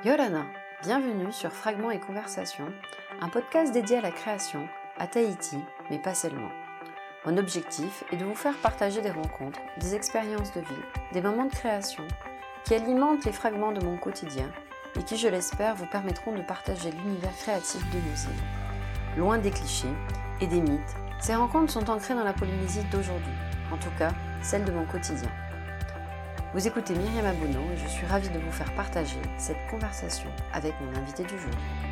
Yolana, bienvenue sur Fragments et Conversations, un podcast dédié à la création, à Tahiti, mais pas seulement. Mon objectif est de vous faire partager des rencontres, des expériences de vie, des moments de création qui alimentent les fragments de mon quotidien et qui, je l'espère, vous permettront de partager l'univers créatif de nos îles. Loin des clichés et des mythes, ces rencontres sont ancrées dans la Polynésie d'aujourd'hui, en tout cas celle de mon quotidien. Vous écoutez Myriam Abono et je suis ravie de vous faire partager cette conversation avec mon invité du jour.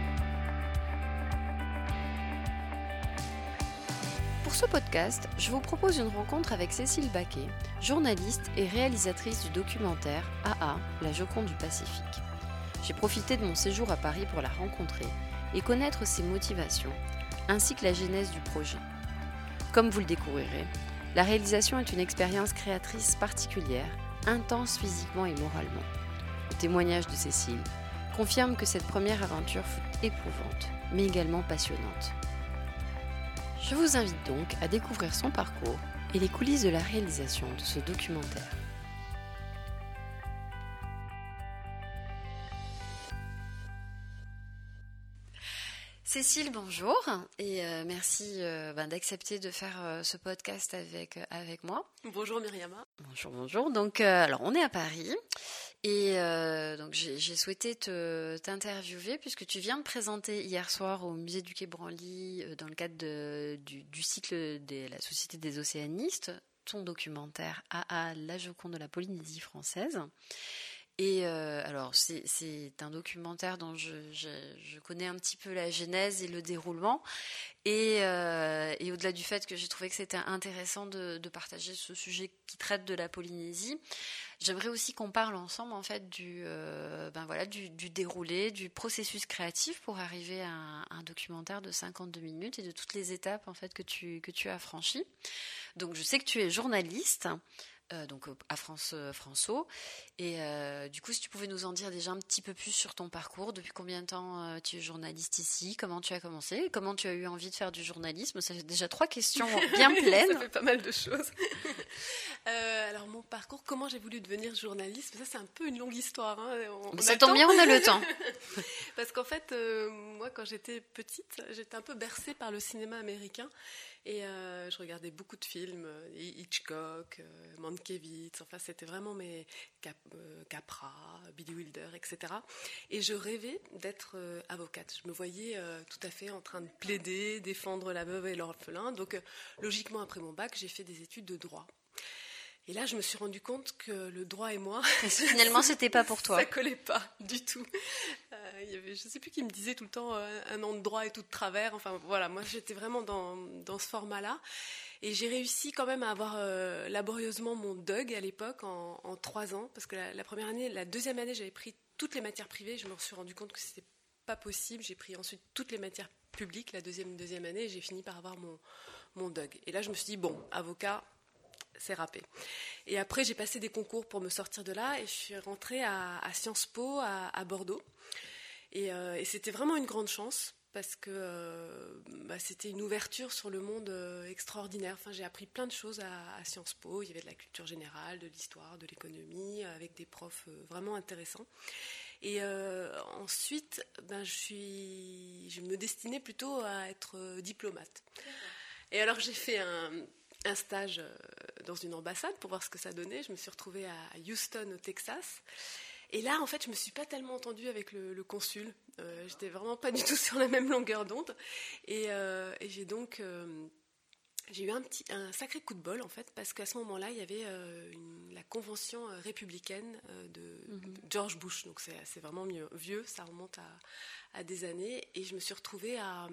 Pour ce podcast, je vous propose une rencontre avec Cécile Baquet, journaliste et réalisatrice du documentaire AA, la Joconde du Pacifique. J'ai profité de mon séjour à Paris pour la rencontrer et connaître ses motivations, ainsi que la genèse du projet. Comme vous le découvrirez, la réalisation est une expérience créatrice particulière, intense physiquement et moralement. Le témoignage de Cécile confirme que cette première aventure fut éprouvante, mais également passionnante. Je vous invite donc à découvrir son parcours et les coulisses de la réalisation de ce documentaire. Cécile, bonjour et merci d'accepter de faire ce podcast avec moi. Bonjour Myriam. Bonjour. Donc, alors on est à Paris et donc j'ai souhaité t'interviewer puisque tu viens de présenter hier soir au musée du Quai Branly dans le cadre du cycle de la Société des Océanistes ton documentaire AA, la Joconde de la Polynésie française. Et alors, c'est un documentaire dont je connais un petit peu la genèse et le déroulement. Et au-delà du fait que j'ai trouvé que c'était intéressant de partager ce sujet qui traite de la Polynésie, j'aimerais aussi qu'on parle ensemble en fait du déroulé, du processus créatif pour arriver à un documentaire de 52 minutes et de toutes les étapes en fait que tu as franchies. Donc, je sais que tu es journaliste. Donc à François. Et du coup, si tu pouvais nous en dire déjà un petit peu plus sur ton parcours, depuis combien de temps tu es journaliste ici, comment tu as commencé, comment tu as eu envie de faire du journalisme. Ça fait déjà 3 questions bien pleines. Ça fait pas mal de choses. Alors mon parcours, comment j'ai voulu devenir journaliste, ça c'est un peu une longue histoire. Ça tombe bien, on a le temps. Parce qu'en fait, moi quand j'étais petite, j'étais un peu bercée par le cinéma américain. Et je regardais beaucoup de films, Hitchcock, Mankiewicz, enfin c'était vraiment mes Capra, Billy Wilder, etc. Et je rêvais d'être avocate. Je me voyais tout à fait en train de plaider, défendre la veuve et l'orphelin. Donc logiquement après mon bac, j'ai fait des études de droit. Et là, je me suis rendu compte que le droit et moi... Finalement, c'était pas pour toi. Ça collait pas du tout. Il y avait, je sais plus qui me disait tout le temps un an de droit et tout de travers. Enfin, voilà, moi, j'étais vraiment dans ce format-là. Et j'ai réussi quand même à avoir laborieusement mon DUG à l'époque en 3 ans. Parce que la deuxième année, j'avais pris toutes les matières privées. Je me suis rendu compte que c'était pas possible. J'ai pris ensuite toutes les matières publiques la deuxième année. Et j'ai fini par avoir mon DUG. Et là, je me suis dit, bon, avocat... c'est râpé. Et après, j'ai passé des concours pour me sortir de là et je suis rentrée à Sciences Po à Bordeaux. Et c'était vraiment une grande chance parce que c'était une ouverture sur le monde extraordinaire. Enfin, j'ai appris plein de choses à Sciences Po. Il y avait de la culture générale, de l'histoire, de l'économie, avec des profs vraiment intéressants. Et ensuite, je me destinais plutôt à être diplomate. Et alors, j'ai fait un stage dans une ambassade pour voir ce que ça donnait. Je me suis retrouvée à Houston, au Texas. Et là, en fait, je ne me suis pas tellement entendue avec le consul. J'étais vraiment pas du tout sur la même longueur d'onde. Et j'ai donc... j'ai eu un sacré coup de bol, en fait, parce qu'à ce moment-là, il y avait la convention républicaine de George Bush. Donc, c'est vraiment vieux, ça remonte à des années. Et je me suis retrouvée à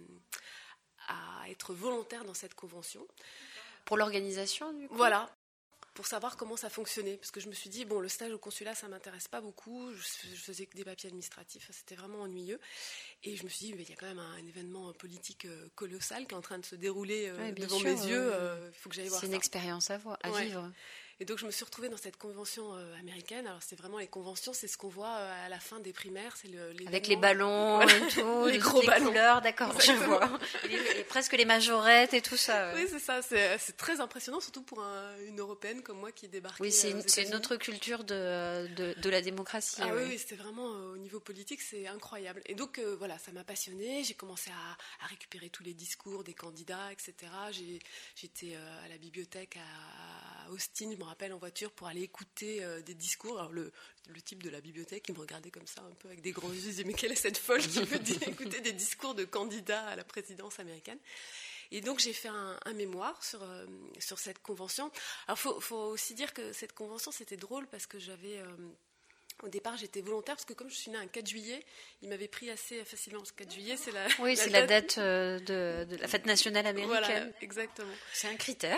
être volontaire dans cette convention. Pour l'organisation, du coup ? Voilà, pour savoir comment ça fonctionnait. Parce que je me suis dit, bon, le stage au consulat, ça ne m'intéresse pas beaucoup. Je faisais que des papiers administratifs, c'était vraiment ennuyeux. Et je me suis dit, il y a quand même un événement politique colossal qui est en train de se dérouler devant mes yeux. Il faut que j'aille voir ça. C'est une expérience à vivre. Et donc, je me suis retrouvée dans cette convention américaine. Alors, c'est vraiment les conventions, c'est ce qu'on voit à la fin des primaires. C'est avec les ballons et tout, les gros ballons. Couleurs, d'accord, exactement. Je vois. Et presque les majorettes et tout ça. Oui, c'est ça. C'est très impressionnant, surtout pour une Européenne comme moi qui débarquait. Oui, c'est une autre culture de la démocratie. Ah oui, c'était vraiment au niveau politique, c'est incroyable. Et donc, voilà, ça m'a passionnée. J'ai commencé à récupérer tous les discours des candidats, etc. J'étais à la bibliothèque à Austin, je me rappelle, en voiture, pour aller écouter des discours. Alors, le type de la bibliothèque, il me regardait comme ça, un peu avec des grands yeux. Il disait, mais quelle est cette folle qui veut écouter des discours de candidats à la présidence américaine? Et donc, j'ai fait un mémoire sur cette convention. Alors, faut aussi dire que cette convention, c'était drôle parce que au départ, j'étais volontaire parce que comme je suis née un 4 juillet, il m'avait pris assez facilement. Parce que 4 juillet, c'est la date de la fête nationale américaine. Voilà, exactement. C'est un critère.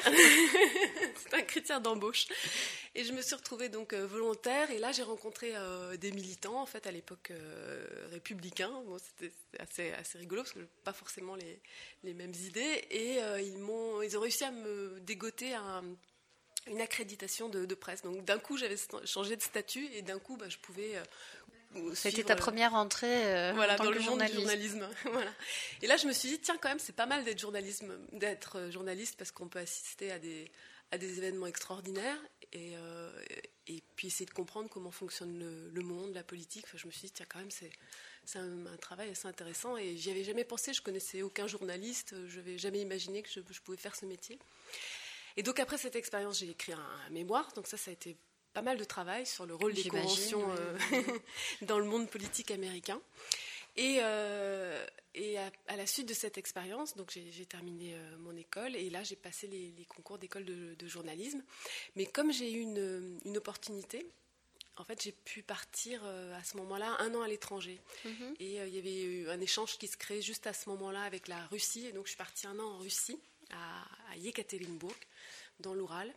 C'est un critère d'embauche. Et je me suis retrouvée donc volontaire. Et là, j'ai rencontré des militants, en fait, à l'époque républicains. Bon, c'était assez rigolo parce que pas forcément les mêmes idées. Et ils ont réussi à me dégoter une accréditation de presse. Donc d'un coup, j'avais changé de statut et d'un coup, je pouvais C'était ta première entrée dans le monde du journalisme. Voilà. Et là, je me suis dit, tiens, quand même, c'est pas mal d'être journaliste parce qu'on peut assister à des événements extraordinaires et puis essayer de comprendre comment fonctionne le monde, la politique. Enfin, je me suis dit, tiens, quand même, c'est un travail assez intéressant et j'y avais jamais pensé. Je connaissais aucun journaliste. Je n'avais jamais imaginé que je pouvais faire ce métier. Et donc, après cette expérience, j'ai écrit un mémoire. Donc ça a été pas mal de travail sur le rôle des conventions dans le monde politique américain. Et à la suite de cette expérience, donc j'ai terminé mon école. Et là, j'ai passé les concours d'école de journalisme. Mais comme j'ai eu une opportunité, en fait, j'ai pu partir à ce moment-là 1 an à l'étranger. Mm-hmm. Et il y avait eu un échange qui se créait juste à ce moment-là avec la Russie. Et donc, je suis partie 1 an en Russie, à Yekaterinbourg, dans l'Oural.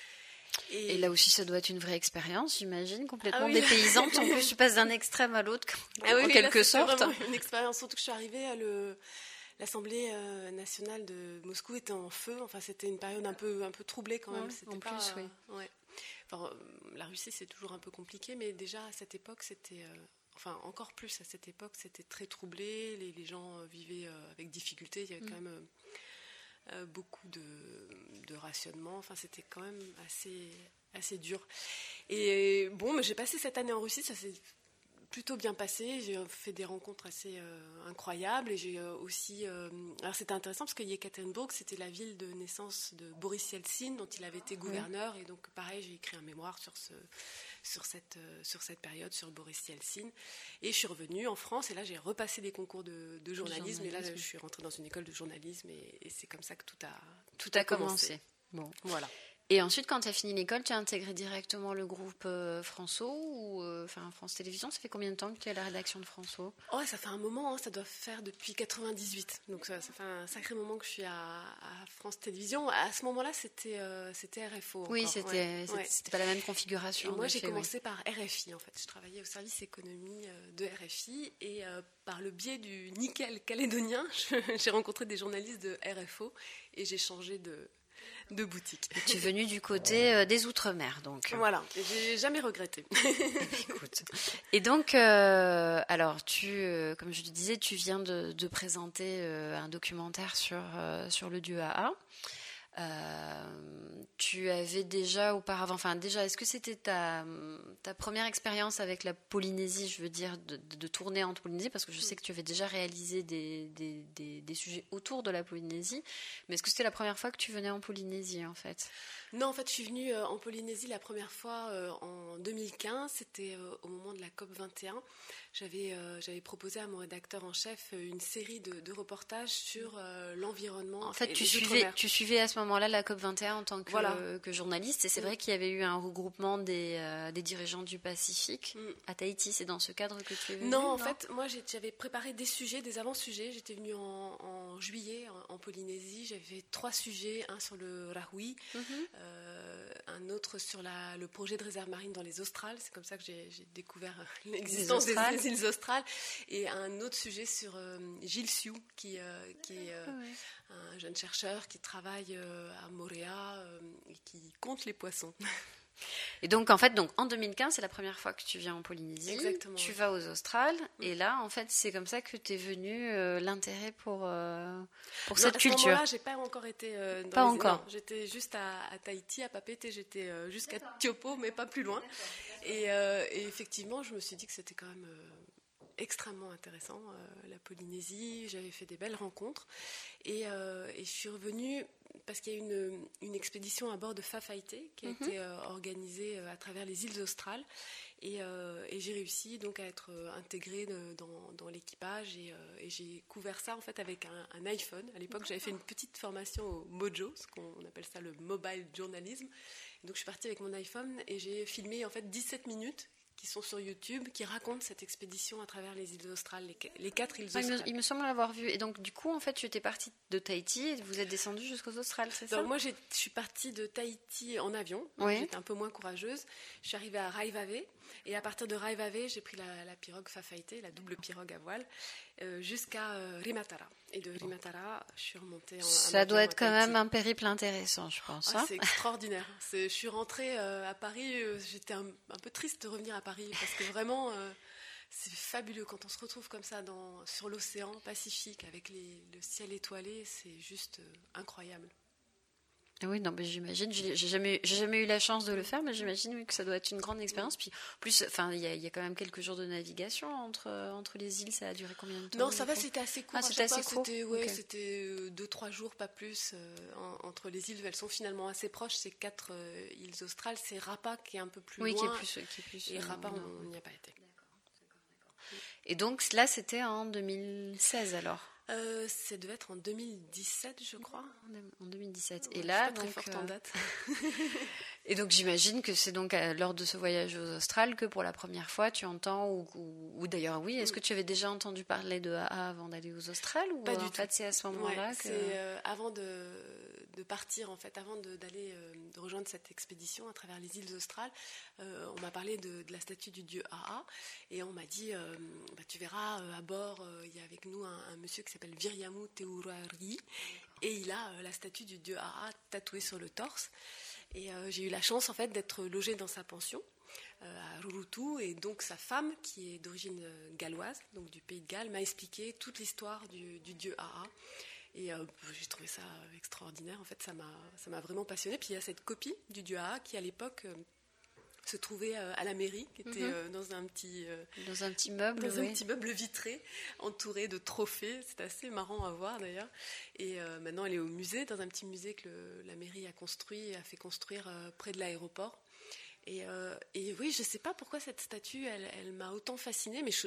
Et là aussi, ça doit être une vraie expérience, j'imagine, complètement dépaysante. En plus, tu passes d'un extrême à l'autre, en quelque sorte. C'est vraiment une expérience, surtout que je suis arrivée à l'Assemblée nationale de Moscou était en feu. Enfin, c'était une période un peu troublée quand même. En plus, oui. Ouais. Enfin, la Russie, c'est toujours un peu compliqué, mais déjà à cette époque, c'était... Enfin, encore plus à cette époque, c'était très troublé. Les gens vivaient avec difficulté. Il y avait quand même... beaucoup de rationnement, enfin c'était quand même assez dur. Et bon, mais j'ai passé cette année en Russie, ça s'est plutôt bien passé, j'ai fait des rencontres assez incroyables et j'ai aussi... alors c'était intéressant parce que Yekaterinbourg, c'était la ville de naissance de Boris Yeltsin, dont il avait été gouverneur, et donc pareil, j'ai écrit un mémoire sur cette période, sur Boris Yeltsin. Et je suis revenue en France et là j'ai repassé des concours de journalisme et là je suis rentrée dans une école de journalisme et c'est comme ça que tout a commencé. Bon, voilà. Et ensuite, quand tu as fini l'école, tu as intégré directement le groupe François ou France Télévisions. Ça fait combien de temps que tu es à la rédaction de François ? Oh, ça fait un moment, ça doit faire depuis 98. Donc ça fait un sacré moment que je suis à France Télévisions. À ce moment-là, c'était RFO. Oui, c'était pas la même configuration. Et moi, j'ai commencé par RFI, en fait. Je travaillais au service économie de RFI et par le biais du nickel calédonien, j'ai rencontré des journalistes de RFO et j'ai changé de boutique. Et tu es venue du côté des Outre-mer, donc. Voilà, et j'ai jamais regretté. Écoute. Et donc, alors, comme je te disais, tu viens de présenter un documentaire sur le dieu AA. Tu avais déjà auparavant, est-ce que c'était ta première expérience avec la Polynésie, je veux dire, de tourner en Polynésie, parce que je sais que tu avais déjà réalisé des sujets autour de la Polynésie, mais est-ce que c'était la première fois que tu venais en Polynésie, en fait ? Non, en fait, je suis venue en Polynésie la première fois en 2015, c'était au moment de la COP 21. J'avais proposé à mon rédacteur en chef une série de reportages sur l'environnement. En fait, tu suivais à ce moment-là la COP 21 en tant que journaliste, et c'est vrai qu'il y avait eu un regroupement des dirigeants du Pacifique à Tahiti. C'est dans ce cadre que tu es venue ? Non, en fait, moi j'avais préparé des sujets, des avant-sujets. J'étais venue en juillet en Polynésie. J'avais 3 sujets, un sur le Rahui, un autre sur le projet de réserve marine dans les Australes. C'est comme ça que j'ai découvert l'existence des îles Australes. Et un autre sujet sur Gilles Sioux, qui est un jeune chercheur qui travaille à Moorea et qui compte les poissons. Et donc, en fait, en 2015, c'est la première fois que tu viens en Polynésie. Exactement. Tu vas aux Australes. Et là, en fait, c'est comme ça que t'es venu l'intérêt pour cette culture. À ce moment-là, j'ai pas encore été dans pas les encore. Non, j'étais juste à Tahiti, à Papeete. J'étais jusqu'à Tiopo, mais pas plus loin. Et effectivement, je me suis dit que c'était quand même extrêmement intéressant, la Polynésie. J'avais fait des belles rencontres. Et je suis revenue parce qu'il y a une expédition à bord de Fafaite qui a été organisée à travers les îles australes. Et j'ai réussi donc à être intégrée dans l'équipage et j'ai couvert ça en fait avec un iPhone. À l'époque, j'avais fait une petite formation au Mojo, ce qu'on appelle ça le mobile journalism. Donc je suis partie avec mon iPhone et j'ai filmé en fait 17 minutes qui sont sur YouTube, qui racontent cette expédition à travers les îles australes, les 4 îles australes. Il me semble l'avoir vu. Et donc, du coup, en fait, tu étais partie de Tahiti et vous êtes descendu jusqu'aux Australes, c'est ça? Donc, moi, je suis partie de Tahiti en avion. Oui. J'étais un peu moins courageuse. Je suis arrivée à Raivave. Et à partir de Raivave, j'ai pris la pirogue Fafaite, la double pirogue à voile, jusqu'à Rimatara. Et de Rimatara, je suis remontée en Ça doit être quand même un périple intéressant, je pense. C'est extraordinaire. Je suis rentrée à Paris. J'étais un peu triste de revenir à Paris parce que vraiment, c'est fabuleux quand on se retrouve comme ça sur l'océan Pacifique avec le ciel étoilé. C'est juste incroyable. Oui, non, mais j'imagine. J'ai jamais eu la chance de le faire, mais j'imagine que ça doit être une grande expérience. Puis, en plus, il y a quand même quelques jours de navigation entre les îles. Ça a duré combien de temps? Non, ça va, c'était assez court. C'était assez court. C'était 2-3 jours, pas plus, entre les îles. Elles sont finalement assez proches. C'est 4 îles australes. C'est Rapa qui est un peu plus loin. Qui est plus. Et Rapa, on n'y a pas été. D'accord. Et donc là, c'était en 2016 alors. Ça devait être en 2017, je crois. En 2017. Ouais, et là, je suis pas très forte en date. Et donc j'imagine que c'est donc lors de ce voyage aux Australes que pour la première fois tu entends, ou d'ailleurs oui, est-ce que tu avais déjà entendu parler de AA avant d'aller aux Australes, ou pas du tout. C'est à ce moment-là que... C'est avant de partir, en fait, avant de rejoindre cette expédition à travers les îles australes, on m'a parlé de la statue du dieu AA et on m'a dit tu verras à bord il y a avec nous un monsieur qui s'appelle Viriamu Teurari et il a la statue du dieu AA tatouée sur le torse. Et j'ai eu la chance en fait d'être logée dans sa pension à Rurutu, et donc sa femme, qui est d'origine galloise, donc du pays de Galles, m'a expliqué toute l'histoire du dieu AA. Et j'ai trouvé ça extraordinaire. En fait, ça m'a vraiment passionnée. Puis il y a cette copie du dieu AA qui à l'époque se trouvait à la mairie, qui était dans un petit meuble, un petit meuble vitré, entouré de trophées. C'est assez marrant à voir d'ailleurs. Et maintenant, elle est au musée, dans un petit musée que la mairie a fait construire près de l'aéroport. Et oui, je ne sais pas pourquoi cette statue, elle m'a autant fascinée, mais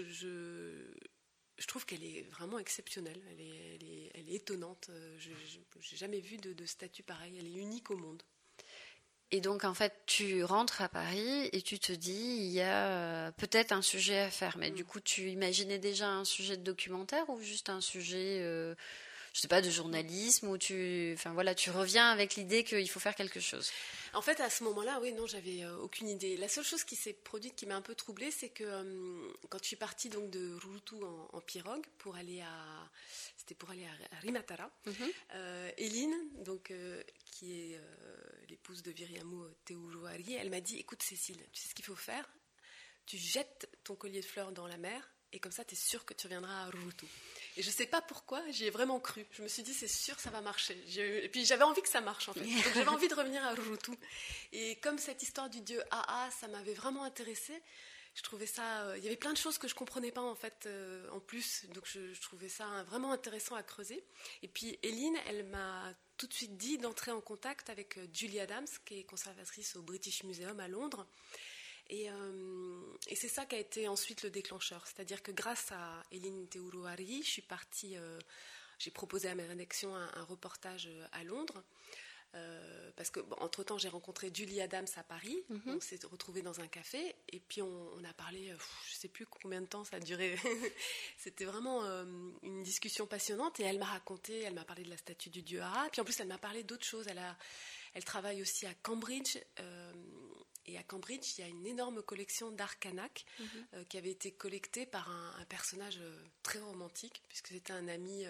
je trouve qu'elle est vraiment exceptionnelle. Elle est étonnante. Je n'ai jamais vu de statue pareille. Elle est unique au monde. Et donc, en fait, tu rentres à Paris et tu te dis, il y a peut-être un sujet à faire. Mais du coup, tu imaginais déjà un sujet de documentaire ou juste un sujet, je sais pas, de journalisme, ou tu reviens avec l'idée qu'il faut faire quelque chose? En fait, à ce moment-là, oui, non, j'avais aucune idée. La seule chose qui s'est produite, qui m'a un peu troublée, c'est que quand je suis partie donc de Rurutu en pirogue pour aller à Rimatara, Eline, donc qui est l'épouse de Viriamu Teurari, elle m'a dit, écoute Cécile, tu sais ce qu'il faut faire? Tu jettes ton collier de fleurs dans la mer et comme ça, tu es sûre que tu reviendras à Rurutu. Et je ne sais pas pourquoi, j'y ai vraiment cru. Je me suis dit, c'est sûr, ça va marcher. Et puis j'avais envie que ça marche, en fait. Donc j'avais envie de revenir à Rurutu. Et comme cette histoire du dieu AA, ça m'avait vraiment intéressée, je trouvais ça... il y avait plein de choses que je ne comprenais pas, en fait, en plus. Donc je trouvais ça vraiment intéressant à creuser. Et puis Eline, elle m'a tout de suite dit d'entrer en contact avec Julie Adams, qui est conservatrice au British Museum à Londres. Et c'est ça qui a été ensuite le déclencheur. C'est-à-dire que grâce à Eline Teurari, je suis partie, j'ai proposé à ma rédaction un reportage à Londres, parce que entre-temps j'ai rencontré Julie Adams à Paris, on s'est retrouvés dans un café, et puis on a parlé, je ne sais plus combien de temps ça a duré, c'était vraiment une discussion passionnante, et elle m'a parlé de la statue du dieu AA, puis en plus elle m'a parlé d'autres choses, elle travaille aussi à Cambridge, et à Cambridge, il y a une énorme collection d'art kanak qui avait été collectée par un personnage très romantique, puisque c'était un ami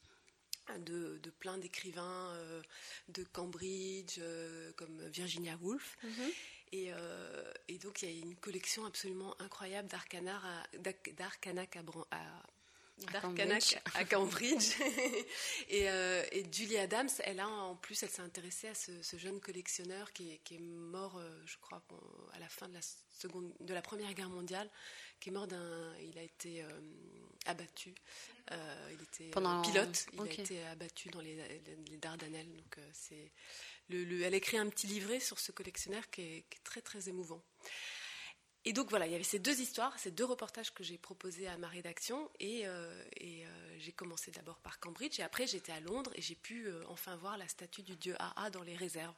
de plein d'écrivains de Cambridge, comme Virginia Woolf. Et donc, il y a une collection absolument incroyable d'Arcanac à Cambridge. et Julie Adams, elle s'est intéressée à ce jeune collectionneur qui est mort, je crois, à la fin de la Première Guerre mondiale, qui est mort il a été abattu. Il était pilote. Il a été abattu dans les Dardanelles. Donc elle a écrit un petit livret sur ce collectionneur qui est très très émouvant. Et donc voilà, il y avait ces 2 histoires, ces 2 reportages que j'ai proposés à ma rédaction. Et j'ai commencé d'abord par Cambridge. Et après, j'étais à Londres et j'ai pu enfin voir la statue du dieu Aa dans les réserves.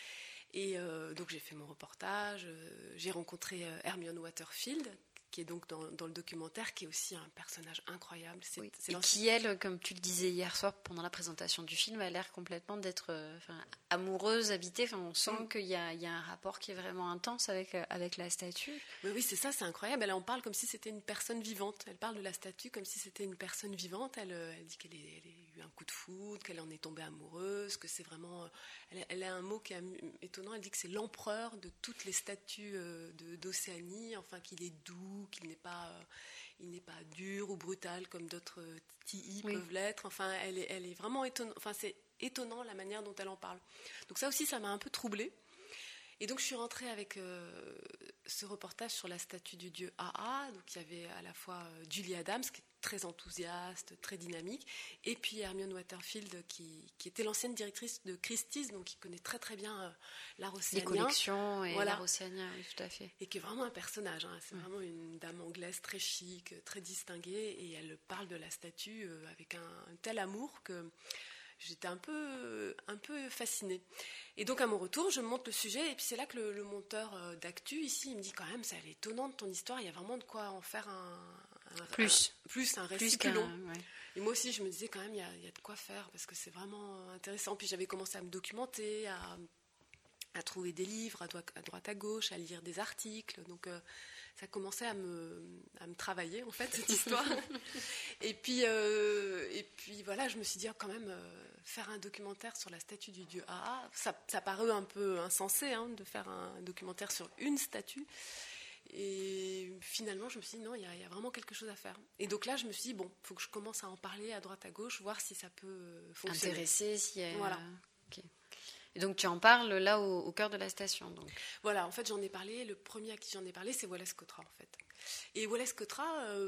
Et donc j'ai fait mon reportage. J'ai rencontré Hermione Waterfield, qui est donc dans le documentaire, qui est aussi un personnage incroyable. Qui, elle, comme tu le disais hier soir pendant la présentation du film, a l'air complètement d'être amoureuse, habitée. On sent qu'il y a un rapport qui est vraiment intense avec la statue. Mais oui, c'est ça, c'est incroyable. Elle en parle comme si c'était une personne vivante. Elle parle de la statue comme si c'était une personne vivante. Elle dit qu'elle a eu un coup de foudre, qu'elle en est tombée amoureuse, que c'est vraiment... Elle a un mot qui est étonnant. Elle dit que c'est l'empereur de toutes les statues d'Océanie, enfin qu'il est doux, qu'il n'est pas dur ou brutal comme d'autres TI peuvent l'être. Enfin, elle est vraiment étonnante. Enfin, c'est étonnant la manière dont elle en parle. Donc ça aussi, ça m'a un peu troublée. Et donc je suis rentrée avec ce reportage sur la statue du dieu Aa. Donc il y avait à la fois Julie Adams, qui est très enthousiaste, très dynamique, et puis Hermione Waterfield, qui était l'ancienne directrice de Christie's, donc qui connaît très très bien l'art océanien. Les collections et l'art océanien, oui, tout à fait. Et qui est vraiment un personnage. C'est vraiment une dame anglaise très chic, très distinguée, et elle parle de la statue avec un tel amour que... J'étais un peu fascinée. Et donc, à mon retour, je monte le sujet. Et puis, c'est là que le monteur d'actu, ici, il me dit quand même, c'est étonnant de ton histoire. Il y a vraiment de quoi en faire un récit plus long. Ouais. Et moi aussi, je me disais quand même, il y a de quoi faire parce que c'est vraiment intéressant. Puis, j'avais commencé à me documenter, à trouver des livres à droite à gauche, à lire des articles. Donc, ça commençait à me travailler, en fait, cette histoire. et puis voilà, je me suis dit, quand même, faire un documentaire sur la statue du dieu Aa, ça paraît un peu insensé de faire un documentaire sur une statue. Et finalement, je me suis dit, non, il y a vraiment quelque chose à faire. Et donc là, je me suis dit, bon, il faut que je commence à en parler à droite à gauche, voir si ça peut fonctionner. Intéresser, si elle... Voilà. Ok. Et donc tu en parles là au cœur de la station. Donc. Voilà, en fait j'en ai parlé, le premier à qui j'en ai parlé c'est Wallace Cotra en fait. Et Wallace Cotra,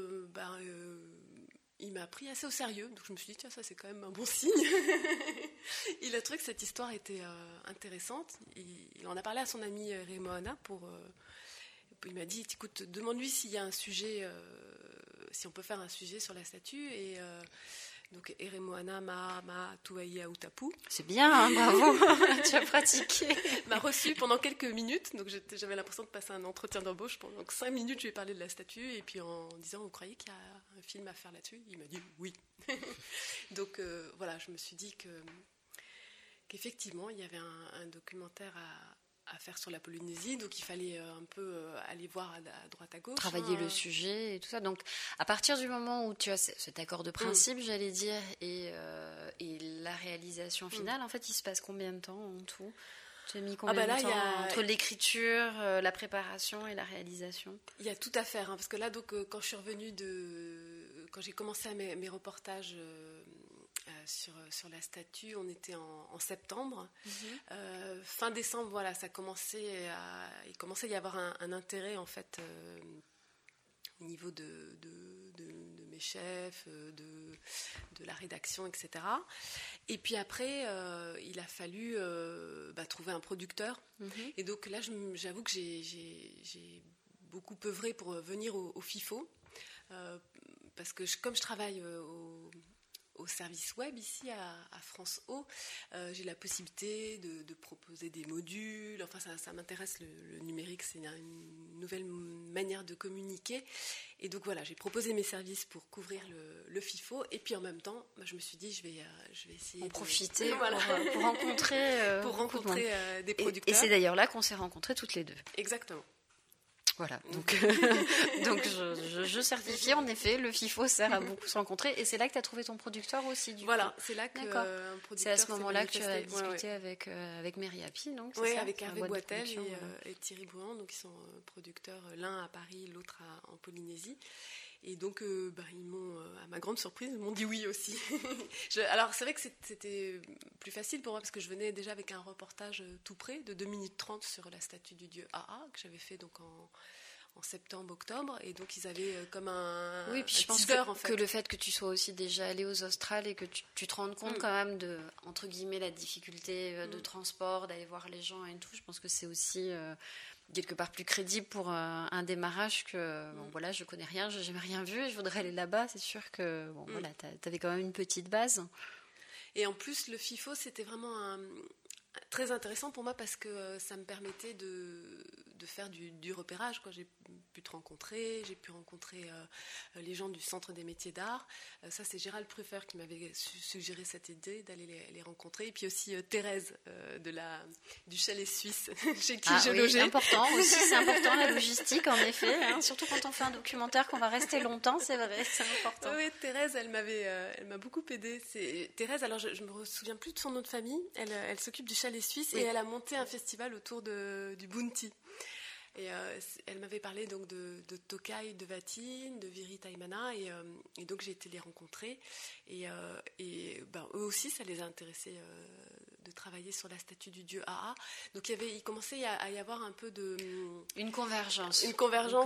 il m'a pris assez au sérieux, donc je me suis dit tiens ça c'est quand même un bon signe. Il a trouvé que cette histoire était intéressante, il en a parlé à son ami Remoana il m'a dit écoute demande-lui s'il y a un sujet, si on peut faire un sujet sur la statue et... Donc, Eremoana m'a tuaia utapu. C'est bien, bravo, tu as pratiqué. M'a reçu pendant quelques minutes, donc j'avais l'impression de passer un entretien d'embauche. Pendant 5 minutes, je lui ai parlé de la statue, et puis en disant, vous croyez qu'il y a un film à faire là-dessus ? Il m'a dit oui. Donc, voilà, je me suis dit qu'effectivement, il y avait un documentaire à faire sur la Polynésie, donc il fallait un peu aller voir à droite à gauche. Travailler le sujet et tout ça. Donc, à partir du moment où tu as cet accord de principe, j'allais dire, et la réalisation finale, en fait, il se passe combien de temps en tout ? Tu as mis combien de temps entre l'écriture, la préparation et la réalisation ? Il y a tout à faire, parce que là, donc, quand je suis revenue quand j'ai commencé mes reportages sur la statue, on était en septembre. Fin décembre, voilà, il commençait à y avoir un intérêt en fait au niveau de mes chefs, de la rédaction, etc. Et puis après, il a fallu trouver un producteur. Et donc là, j'avoue que j'ai beaucoup œuvré pour venir au FIFO, parce que comme je travaille au service web ici à France O, j'ai la possibilité de proposer des modules. Enfin, ça m'intéresse, le numérique, c'est une nouvelle manière de communiquer. Et donc voilà, j'ai proposé mes services pour couvrir le FIFO. Et puis en même temps, je me suis dit, je vais essayer de profiter pour rencontrer, des producteurs. Et c'est d'ailleurs là qu'on s'est rencontrés toutes les deux. Exactement. Voilà, donc, donc je certifie, en effet, le FIFO sert à beaucoup se rencontrer. Et c'est là que tu as trouvé ton producteur aussi, du coup. C'est là que un producteur. C'est à ce moment-là que tu as discuté avec Mary Happy, donc oui, avec Hervé Boitel et Thierry Bouhan, donc ils sont producteurs, l'un à Paris, l'autre en Polynésie. Et donc, ils m'ont, à ma grande surprise, ils m'ont dit oui aussi. Alors, c'est vrai que c'était plus facile pour moi parce que je venais déjà avec un reportage tout près de 2 minutes 30 sur la statue du dieu Aa, que j'avais fait donc en septembre-octobre. Et donc, ils avaient comme un oui, puis un je pense teaser, en fait. que le fait que tu sois aussi déjà allé aux Australes et que tu te rendes compte quand même de, entre guillemets, la difficulté de transport, d'aller voir les gens et tout, je pense que c'est aussi... quelque part plus crédible pour un démarrage que bon, voilà, je connais rien, j'ai jamais rien vu et je voudrais aller là-bas. C'est sûr que bon, voilà, t'avais quand même une petite base. Et en plus, le FIFO, c'était vraiment très intéressant pour moi parce que ça me permettait de faire du repérage, quoi. J'ai pu te rencontrer, j'ai pu rencontrer les gens du Centre des métiers d'art. Ça, c'est Gérald Prüfer qui m'avait suggéré cette idée d'aller les rencontrer. Et puis aussi Thérèse du chalet suisse chez qui je logeais. Important aussi, c'est important la logistique, en effet. Surtout quand on fait un documentaire qu'on va rester longtemps, c'est vrai, c'est important. Oui, Thérèse, elle m'a beaucoup aidée. Thérèse, alors je me souviens plus de son nom de famille. Elle s'occupe du chalet suisse et elle a monté un festival autour du Bounty. Et elle m'avait parlé donc de Tokai de Vatine, de Viri Taimana, et donc j'ai été les rencontrer. Et eux aussi, ça les a intéressés de travailler sur la statue du dieu Aa. Donc il commençait à y avoir un peu de... Une convergence. Une convergence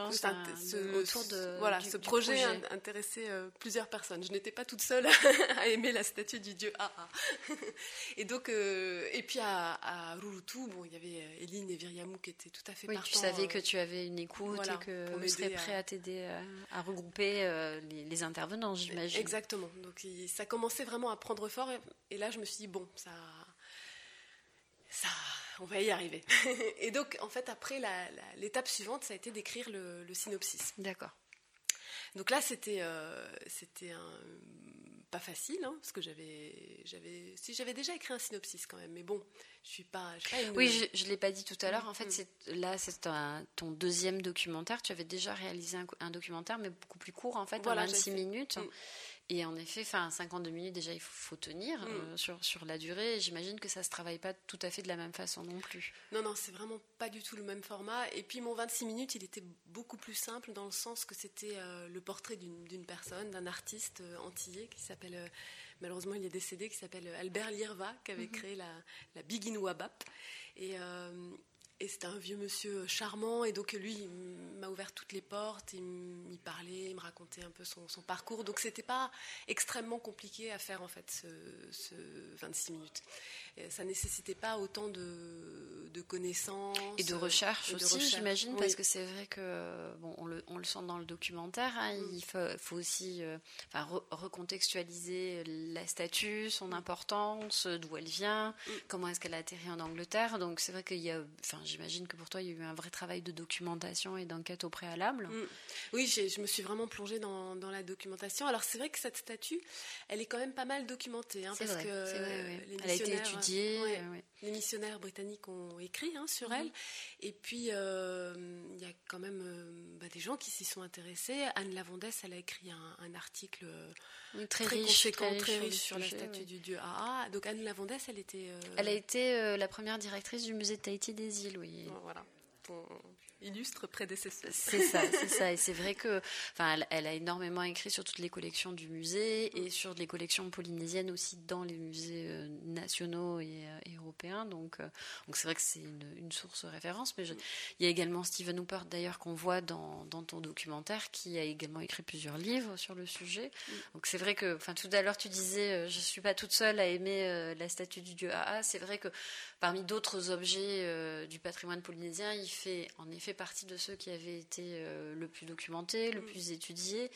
autour de... Voilà, ce projet intéressait plusieurs personnes. Je n'étais pas toute seule à aimer la statue du dieu Aa. Et donc, et puis à Rurutu, il y avait Eline et Viriamou qui étaient tout à fait partants. Tu savais que tu avais une écoute et que vous serez prêt à t'aider à regrouper les intervenants, j'imagine. Exactement. Donc ça commençait vraiment à prendre forme. Et là, je me suis dit, bon, ça, on va y arriver. Et donc, en fait, après, l'étape suivante, ça a été d'écrire le synopsis. D'accord. Donc là, c'était pas facile, parce que j'avais déjà écrit un synopsis quand même, mais bon, je suis pas une... Oui, je l'ai pas dit tout à l'heure. En fait, c'est ton deuxième documentaire. Tu avais déjà réalisé un documentaire, mais beaucoup plus court, en fait, en 26 minutes. Et en effet, 52 minutes, déjà, il faut tenir sur la durée. J'imagine que ça ne se travaille pas tout à fait de la même façon non plus. Non, c'est vraiment pas du tout le même format. Et puis, mon 26 minutes, il était beaucoup plus simple dans le sens que c'était le portrait d'une personne, d'un artiste antillais qui s'appelle, malheureusement, il est décédé, qui s'appelle Albert Lierva, qui avait créé la Big In Wabap. Et c'était un vieux monsieur charmant, et donc lui, il m'a ouvert toutes les portes, il me parlait, il me racontait un peu son parcours. Donc c'était pas extrêmement compliqué à faire en fait ce 26 minutes. Et ça nécessitait pas autant de connaissances et de recherche aussi, j'imagine, parce que c'est vrai que on le sent dans le documentaire. Il faut aussi recontextualiser la statue, son importance, d'où elle vient, comment est-ce qu'elle a atterri en Angleterre. Donc c'est vrai qu'il y a, j'imagine que pour toi il y a eu un vrai travail de documentation et d'enquête au préalable. Oui, je me suis vraiment plongée dans la documentation. Alors c'est vrai que cette statue, elle est quand même pas mal documentée, parce que elle a été étudiée. Les missionnaires britanniques ont écrit sur elle. Et puis il y a quand même des gens qui s'y sont intéressés. Anne Lavandès, elle a écrit un article très conséquent, très riche sur la statue du dieu Aa. Donc Anne Lavandès, elle était... Elle a été la première directrice du musée de Tahiti des îles, oui. Voilà. Ton illustre prédécesseur. C'est ça. Et c'est vrai que, elle a énormément écrit sur toutes les collections du musée et sur les collections polynésiennes aussi dans les musées nationaux et européens. Donc c'est vrai que c'est une source de référence. Mais il y a également Stephen Hooper, d'ailleurs, qu'on voit dans ton documentaire, qui a également écrit plusieurs livres sur le sujet. Donc c'est vrai que, tout à l'heure, tu disais, je suis pas toute seule à aimer la statue du dieu Aa. C'est vrai que parmi d'autres objets du patrimoine polynésien, il fait en effet partie de ceux qui avaient été le plus documentés, le plus étudiés,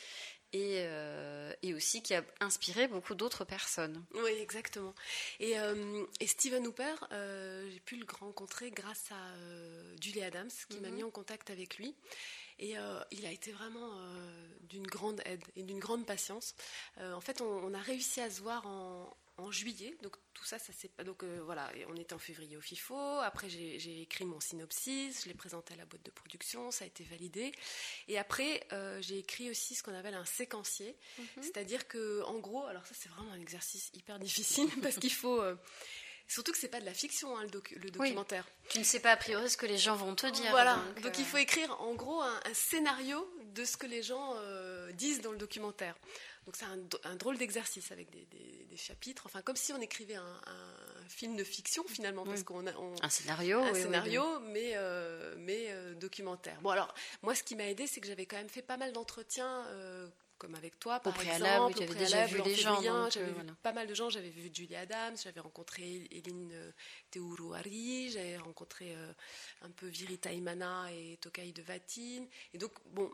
et aussi qui a inspiré beaucoup d'autres personnes. Oui, exactement. Et Stephen Hooper, j'ai pu le rencontrer grâce à Julie Adams, qui m'a mis en contact avec lui. Et il a été vraiment d'une grande aide et d'une grande patience. En fait, on a réussi à se voir en en juillet. Donc tout ça s'est pas. Donc voilà, et on était en février au FIFO. Après, j'ai écrit mon synopsis, je l'ai présenté à la boîte de production, ça a été validé. Et après, j'ai écrit aussi ce qu'on appelle un séquencier, c'est-à-dire que, en gros, alors ça c'est vraiment un exercice hyper difficile parce qu'il faut. Surtout que c'est pas de la fiction, hein, le documentaire. Oui. Tu ne sais pas a priori ce que les gens vont te dire. Voilà, donc il faut écrire en gros un scénario de ce que les gens disent dans le documentaire. Donc c'est un drôle d'exercice avec des chapitres, enfin comme si on écrivait un film de fiction finalement, parce qu'on a un scénario, mais documentaire. Bon alors, moi ce qui m'a aidé, c'est que j'avais quand même fait pas mal d'entretiens. Comme avec toi, par exemple, tu avais déjà vu les gens. J'avais vu pas mal de gens, j'avais vu Julie Adams, j'avais rencontré Eline Teuruari, j'avais rencontré un peu Viri Taimana et Tokai de Vatine. Et donc, bon,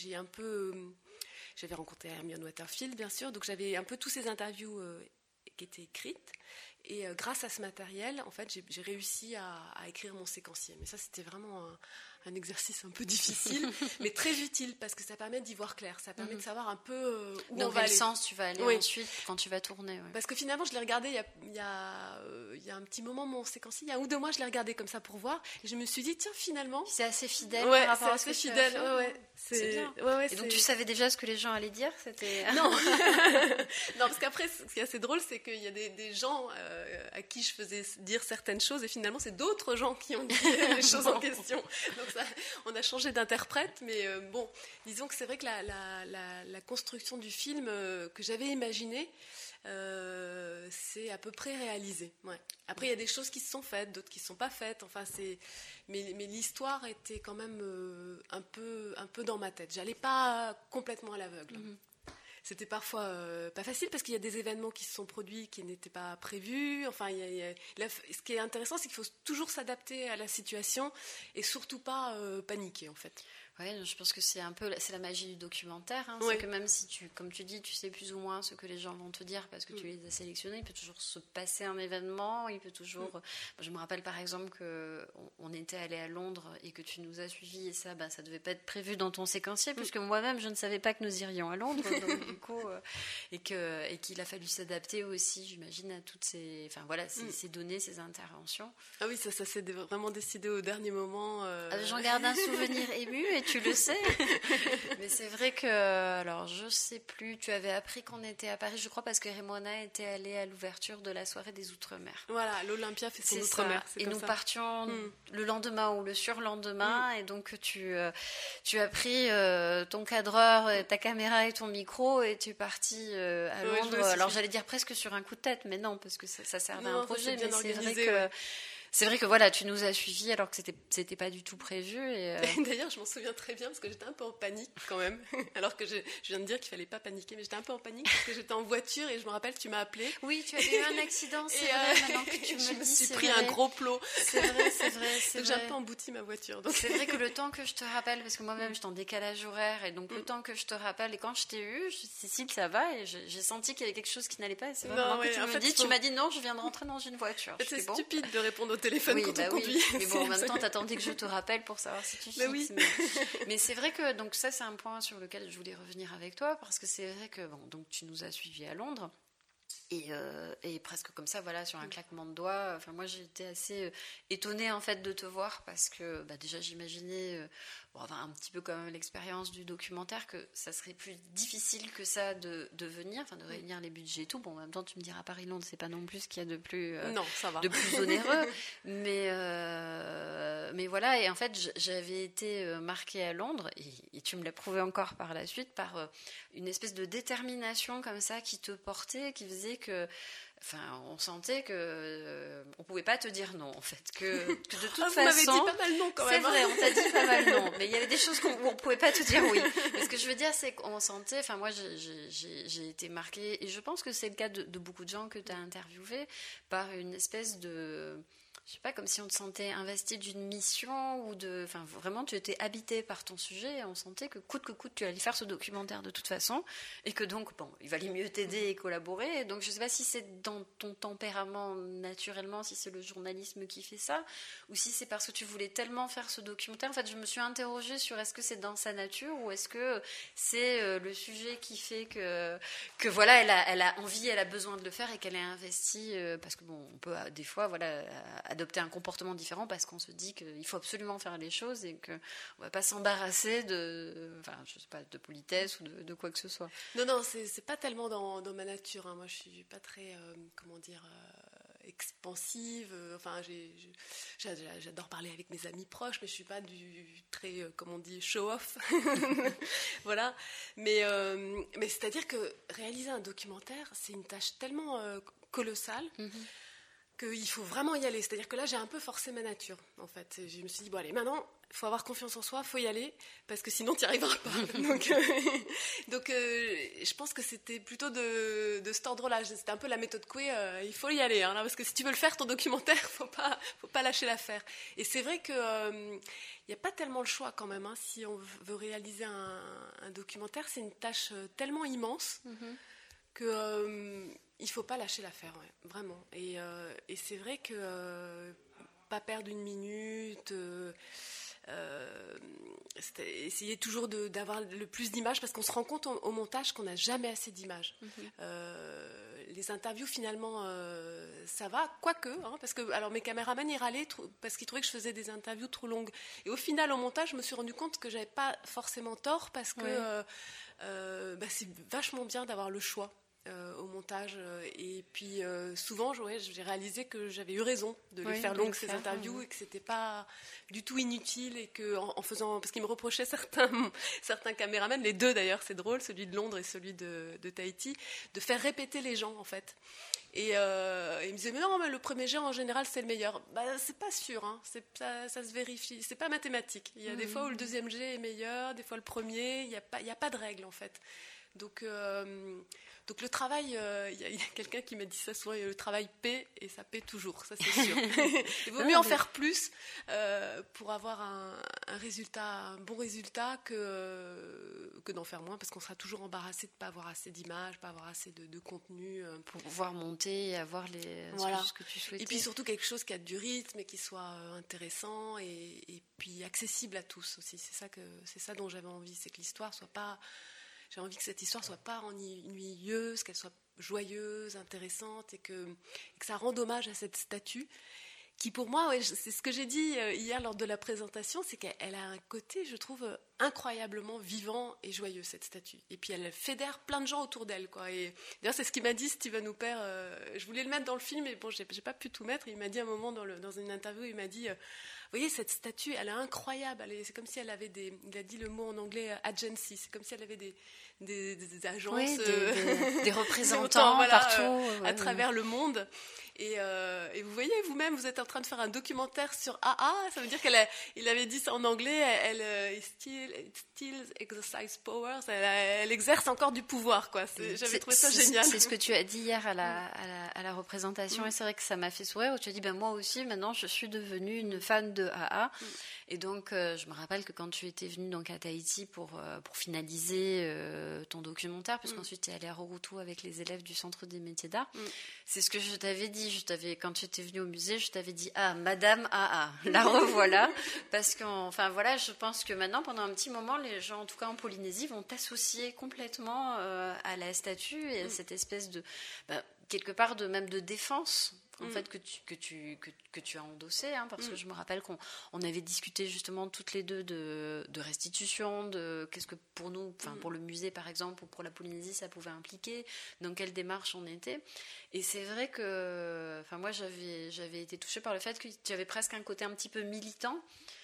j'avais rencontré Hermione Waterfield, bien sûr, donc j'avais un peu tous ces interviews qui étaient écrites. Et grâce à ce matériel, en fait, j'ai réussi à écrire mon séquencier. Mais ça, c'était vraiment un exercice un peu difficile, mais très utile, parce que ça permet d'y voir clair. Ça permet de savoir un peu où on va aller. Dans quel sens tu vas aller ensuite quand tu vas tourner. Oui. Parce que finalement, je l'ai regardé il y a un petit moment, mon séquencier, il y a 1 ou 2 mois, je l'ai regardé comme ça pour voir. Et je me suis dit, tiens, finalement... C'est assez fidèle par rapport à ce que tu as fait. Ouais. C'est bien. Et donc, tu savais déjà ce que les gens allaient dire? Non. Non, parce qu'après, ce qui est assez drôle, c'est qu'il y a des gens à qui je faisais dire certaines choses, et finalement, c'est d'autres gens qui ont dit les choses en question. Donc, on a changé d'interprète, mais bon, disons que c'est vrai que la construction du film que j'avais imaginé, c'est à peu près réalisé. Ouais. Après, il y a des choses qui se sont faites, d'autres qui ne sont pas faites. Enfin, mais l'histoire était quand même un peu dans ma tête. J'allais pas complètement à l'aveugle. C'était parfois pas facile parce qu'il y a des événements qui se sont produits qui n'étaient pas prévus. Enfin, ce qui est intéressant, c'est qu'il faut toujours s'adapter à la situation et surtout pas paniquer, en fait. Oui, je pense que c'est la magie du documentaire. Hein. Oui. C'est que même si comme tu dis, tu sais plus ou moins ce que les gens vont te dire parce que tu les as sélectionnés, il peut toujours se passer un événement. Il peut toujours. Je me rappelle par exemple que on était allé à Londres et que tu nous as suivis et ça devait pas être prévu dans ton séquencier puisque moi-même je ne savais pas que nous irions à Londres. Donc du coup, et qu'il a fallu s'adapter aussi, j'imagine, à toutes ces données, ces interventions. Ah oui, ça s'est vraiment décidé au dernier moment. J'en garde un souvenir ému. Et tu le sais, mais c'est vrai que, alors je sais plus, tu avais appris qu'on était à Paris, je crois, parce que Ramona était allée à l'ouverture de la soirée des Outre-mer. Voilà, l'Olympia fait son Outre-mer. Et nous partions le lendemain ou le surlendemain, et donc tu as pris ton cadreur, ta caméra et ton micro, et tu es parti à Londres. Alors j'allais dire presque sur un coup de tête, mais non, parce que ça servait à un projet, mais c'est vrai que... C'est vrai que voilà, tu nous as suivis alors que c'était pas du tout prévu. Et D'ailleurs, je m'en souviens très bien parce que j'étais un peu en panique quand même. Alors que je viens de dire qu'il fallait pas paniquer, mais j'étais un peu en panique parce que j'étais en voiture et je me rappelle, tu m'as appelé. Oui, tu avais eu un accident, c'est vrai, maintenant que tu me je le me dis. suis pris un gros plot. C'est vrai. Donc j'ai un peu embouti ma voiture. Donc. C'est vrai que le temps que je te rappelle, parce que moi-même j'étais en décalage horaire, et donc le temps que je te rappelle, et quand je t'ai eu, Cécile, ça va, et j'ai senti qu'il y avait quelque chose qui n'allait pas. Et c'est vraiment que tu me dis, tu m'as dit non, je viens de rentrer dans une voiture. C'est stupide de répondre au téléphone quand on conduit. Mais bon, en même temps, t'attendais que je te rappelle pour savoir si tu fixes. Oui. Mais c'est vrai que donc ça, c'est un point sur lequel je voulais revenir avec toi, parce que c'est vrai que donc tu nous as suivis à Londres. Et presque comme ça, voilà, sur un claquement de doigts. Enfin, moi, j'étais assez étonnée en fait de te voir parce que déjà, j'imaginais, un petit peu comme l'expérience du documentaire, que ça serait plus difficile que ça de venir, enfin de réunir les budgets et tout. Bon, en même temps, tu me diras Paris-Londres, c'est pas non plus ce qu'il y a de plus, non, ça va. de plus onéreux. mais voilà, et en fait, j'avais été marquée à Londres, et tu me l'as prouvé encore par la suite, par une espèce de détermination comme ça qui te portait, qui faisait que, on sentait que on pouvait pas te dire non, en fait, que de toute façon. Vous m'avez dit pas mal non quand même. C'est vrai, on t'a dit pas mal non, mais il y avait des choses où on pouvait pas te dire oui. Mais ce que je veux dire, c'est qu'on sentait. Enfin, moi, j'ai été marquée, et je pense que c'est le cas de beaucoup de gens que tu as interviewés, par une espèce de Je sais pas, comme si on te sentait investi d'une mission enfin vraiment tu étais habité par ton sujet et on sentait que coûte tu allais faire ce documentaire de toute façon et que donc bon, il valait mieux t'aider et collaborer. Et donc je sais pas si c'est dans ton tempérament naturellement, si c'est le journalisme qui fait ça ou si c'est parce que tu voulais tellement faire ce documentaire. En fait, je me suis interrogée sur est-ce que c'est dans sa nature ou est-ce que c'est le sujet qui fait que voilà, elle a envie, elle a besoin de le faire et qu'elle est investie parce que bon, on peut des fois voilà adopter un comportement différent parce qu'on se dit qu'il faut absolument faire les choses et qu'on ne va pas s'embarrasser je sais pas, de politesse ou de quoi que ce soit. Non, c'est pas tellement dans ma nature. Hein. Moi, je suis pas très, expansive. Enfin, j'adore parler avec mes amis proches, mais je suis pas très, comme on dit, show-off. Voilà. Mais c'est-à-dire que réaliser un documentaire, c'est une tâche tellement colossale. Qu'il faut vraiment y aller. C'est-à-dire que là, j'ai un peu forcé ma nature, en fait. Je me suis dit, bon, allez, maintenant, il faut avoir confiance en soi, il faut y aller, parce que sinon, tu n'y arriveras pas. Donc, je pense que c'était plutôt de cet ordre-là. C'était un peu la méthode Coué, il faut y aller, hein, là, parce que si tu veux le faire, ton documentaire, faut pas lâcher l'affaire. Et c'est vrai qu'il n'y a pas tellement le choix, quand même. Hein, si on veut réaliser un documentaire, c'est une tâche tellement immense que... il ne faut pas lâcher l'affaire, ouais, vraiment. Et c'est vrai que pas perdre une minute, essayer toujours d'avoir le plus d'images, parce qu'on se rend compte au montage qu'on n'a jamais assez d'images. Les interviews, finalement, ça va, quoique, hein, parce que alors, mes caméramans y râlaient parce qu'ils trouvaient que je faisais des interviews trop longues. Et au final, au montage, je me suis rendu compte que je n'avais pas forcément tort, parce que c'est vachement bien d'avoir le choix. Au montage et puis souvent j'ai réalisé que j'avais eu raison de les faire longues ces interviews et que c'était pas du tout inutile et que en faisant, parce qu'ils me reprochaient certains caméramans, les deux d'ailleurs, c'est drôle, celui de Londres et celui de Tahiti, de faire répéter les gens en fait. Et ils me disaient mais non, mais le premier jet en général c'est le meilleur. C'est pas sûr, hein. Ça se vérifie, c'est pas mathématique. Il y a des fois où le deuxième jet est meilleur, des fois le premier, il y a pas de règle en fait. Donc le travail, il y a quelqu'un qui m'a dit ça souvent, le travail paie et ça paie toujours, ça c'est sûr. Il vaut mieux en faire plus pour avoir un bon résultat que d'en faire moins, parce qu'on sera toujours embarrassé de ne pas avoir assez d'images, pas avoir assez de contenu. Pour pouvoir monter et avoir ce que tu souhaitais. Et puis surtout quelque chose qui a du rythme et qui soit intéressant et puis accessible à tous aussi. C'est ça dont j'avais envie, c'est que l'histoire soit pas... J'ai envie que cette histoire soit pas ennuyeuse, qu'elle soit joyeuse, intéressante et que ça rende hommage à cette statue qui, pour moi, c'est ce que j'ai dit hier lors de la présentation, c'est qu'elle a un côté, je trouve, incroyablement vivant et joyeux, cette statue. Et puis elle fédère plein de gens autour d'elle, quoi. Et d'ailleurs, c'est ce qu'il m'a dit Steven Hooper. Je voulais le mettre dans le film, mais bon, j'ai pas pu tout mettre. Il m'a dit un moment dans une interview, il m'a dit... Vous voyez, cette statue, elle est incroyable. C'est comme si elle avait il a dit le mot en anglais, agency. C'est comme si elle avait des agences... des représentants partout. À travers le monde. Et vous voyez, vous-même, vous êtes en train de faire un documentaire sur AA. Ça veut dire il avait dit ça en anglais. Elle still exercise power. Elle exerce encore du pouvoir, quoi. J'avais trouvé ça génial. C'est ce que tu as dit hier à la représentation. Et c'est vrai que ça m'a fait sourire. Où tu as dit, moi aussi, maintenant, je suis devenue une fan de AA. Et donc, je me rappelle que quand tu étais venue donc, à Tahiti pour finaliser ton documentaire, puisqu'ensuite tu es allée à Roroutou avec les élèves du Centre des métiers d'art, c'est ce que je t'avais dit. Quand tu étais venue au musée, je t'avais dit « Ah, Madame AA, la revoilà !» Parce que, je pense que maintenant, pendant un petit moment, les gens, en tout cas en Polynésie, vont t'associer complètement à la statue et à cette espèce de... quelque part, même de défense en fait, que tu as endossé, hein, parce que je me rappelle qu'on avait discuté justement toutes les deux de restitution, de qu'est-ce que pour nous, pour le musée par exemple, ou pour la Polynésie, ça pouvait impliquer, dans quelle démarche on était. Et c'est vrai que moi, j'avais été touchée par le fait que tu avais presque un côté un petit peu militant.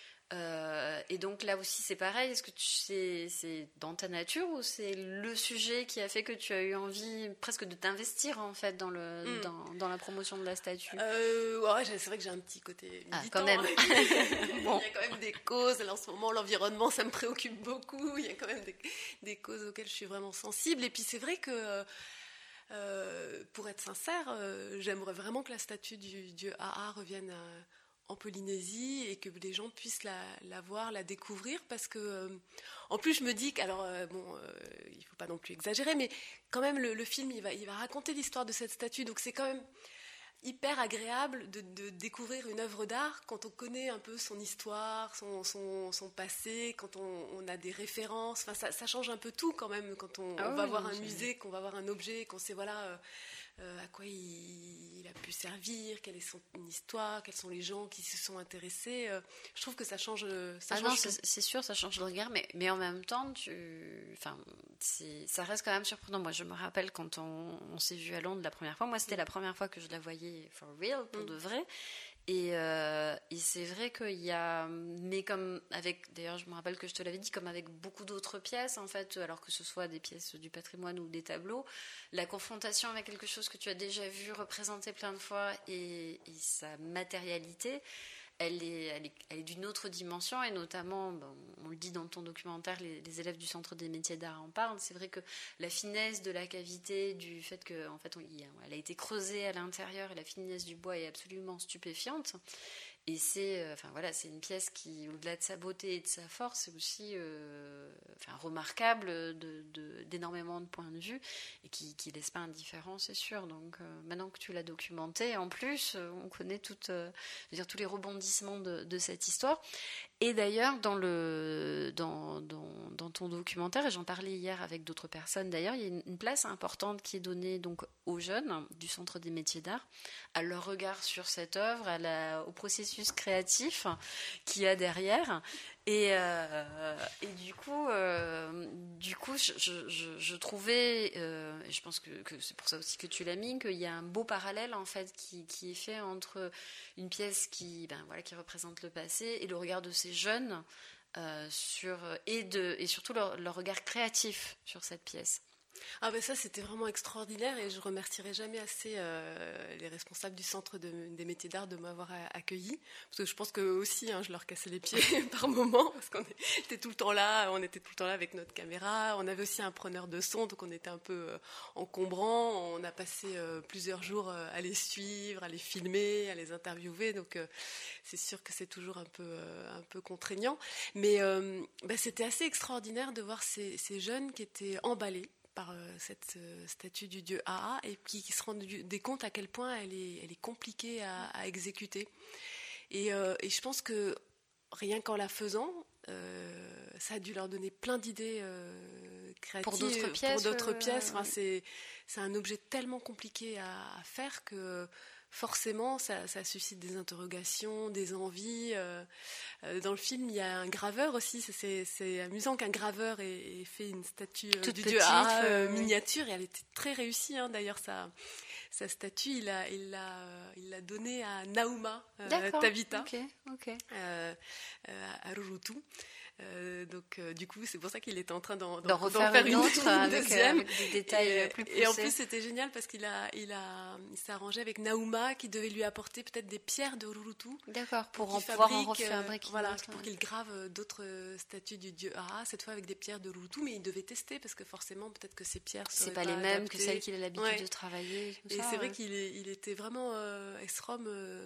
Et donc là aussi c'est pareil, est-ce que c'est dans ta nature ou c'est le sujet qui a fait que tu as eu envie presque de t'investir en fait dans la promotion de la statue? C'est vrai que j'ai un petit côté militant. Quand même. Bon. Il y a quand même des causes, là, en ce moment l'environnement ça me préoccupe beaucoup, il y a quand même des causes auxquelles je suis vraiment sensible et puis c'est vrai que Pour être sincère, j'aimerais vraiment que la statue du dieu Aa revienne en Polynésie et que les gens puissent la voir, la découvrir, parce que en plus je me dis que, alors il faut pas non plus exagérer, mais quand même le film il va raconter l'histoire de cette statue, donc c'est quand même hyper agréable de découvrir une œuvre d'art quand on connaît un peu son histoire, son passé, quand on a des références. Enfin, ça change un peu tout quand même quand on va voir un musée, qu'on va voir un objet, qu'on sait à quoi il a pu servir, quelle est son histoire, quels sont les gens qui se sont intéressés. Je trouve que ça change. C'est sûr, ça change le regard, mais en même temps, ça reste quand même surprenant. Moi, je me rappelle quand on s'est vu à Londres la première fois. Moi, c'était la première fois que je la voyais for real, pour de vrai. Et c'est vrai qu'il y a, mais comme avec, d'ailleurs je me rappelle que je te l'avais dit, comme avec beaucoup d'autres pièces en fait, alors que ce soit des pièces du patrimoine ou des tableaux, la confrontation avec quelque chose que tu as déjà vu représenter plein de fois et sa matérialité, elle est d'une autre dimension, et notamment, on le dit dans ton documentaire, les élèves du Centre des métiers d'art en parlent. C'est vrai que la finesse de la cavité, du fait qu'en fait, elle a été creusée à l'intérieur, et la finesse du bois est absolument stupéfiante. Et c'est une pièce qui, au-delà de sa beauté et de sa force, c'est aussi remarquable d'énormément de points de vue, et qui laisse pas indifférent, c'est sûr. Donc maintenant que tu l'as documenté, en plus, on connaît tous les rebondissements de cette histoire. Et d'ailleurs, dans ton documentaire, et j'en parlais hier avec d'autres personnes d'ailleurs, il y a une place importante qui est donnée donc aux jeunes du Centre des métiers d'art, à leur regard sur cette œuvre, au processus créatif qu'il y a derrière. Et du coup, je trouvais, et je pense que c'est pour ça aussi que tu l'as mis, qu'il y a un beau parallèle en fait qui est fait entre une pièce qui représente le passé et le regard de ces jeunes et surtout leur regard créatif sur cette pièce. Ah ben ça c'était vraiment extraordinaire, et je remercierai jamais assez les responsables du Centre des métiers d'art de m'avoir accueilli, parce que je pense que aussi je leur cassais les pieds par moment, parce qu'on était tout le temps là avec notre caméra. On avait aussi un preneur de son, donc on était un peu encombrant. On a passé plusieurs jours à les suivre, à les filmer, à les interviewer, donc c'est sûr que c'est toujours un peu contraignant, mais c'était assez extraordinaire de voir ces jeunes qui étaient emballés par cette statue du dieu Aa, et qui se rendent compte à quel point elle est compliquée à exécuter. Et je pense que rien qu'en la faisant, ça a dû leur donner plein d'idées créatives pour d'autres pièces. Enfin, c'est un objet tellement compliqué à faire que forcément, ça suscite des interrogations, des envies. Dans le film, il y a un graveur aussi. C'est amusant qu'un graveur ait fait une statue du dieu Aa miniature, et elle était très réussie. D'ailleurs, sa statue, il l'a donnée à Nauma Tavita, à Rurutu. Donc du coup c'est pour ça qu'il était en train d'en faire une autre deuxième, avec des détails plus poussés. Et en plus c'était génial parce qu'il s'est arrangé avec Nauma, qui devait lui apporter peut-être des pierres de Rurutu, pour pouvoir en refabriquer pour qu'il grave d'autres statues du dieu Aa, cette fois avec des pierres de Rurutu, mais il devait tester parce que forcément peut-être que ces pierres c'est pas les mêmes adaptées que celles qu'il a l'habitude de travailler, et c'est vrai qu'il était vraiment Esrom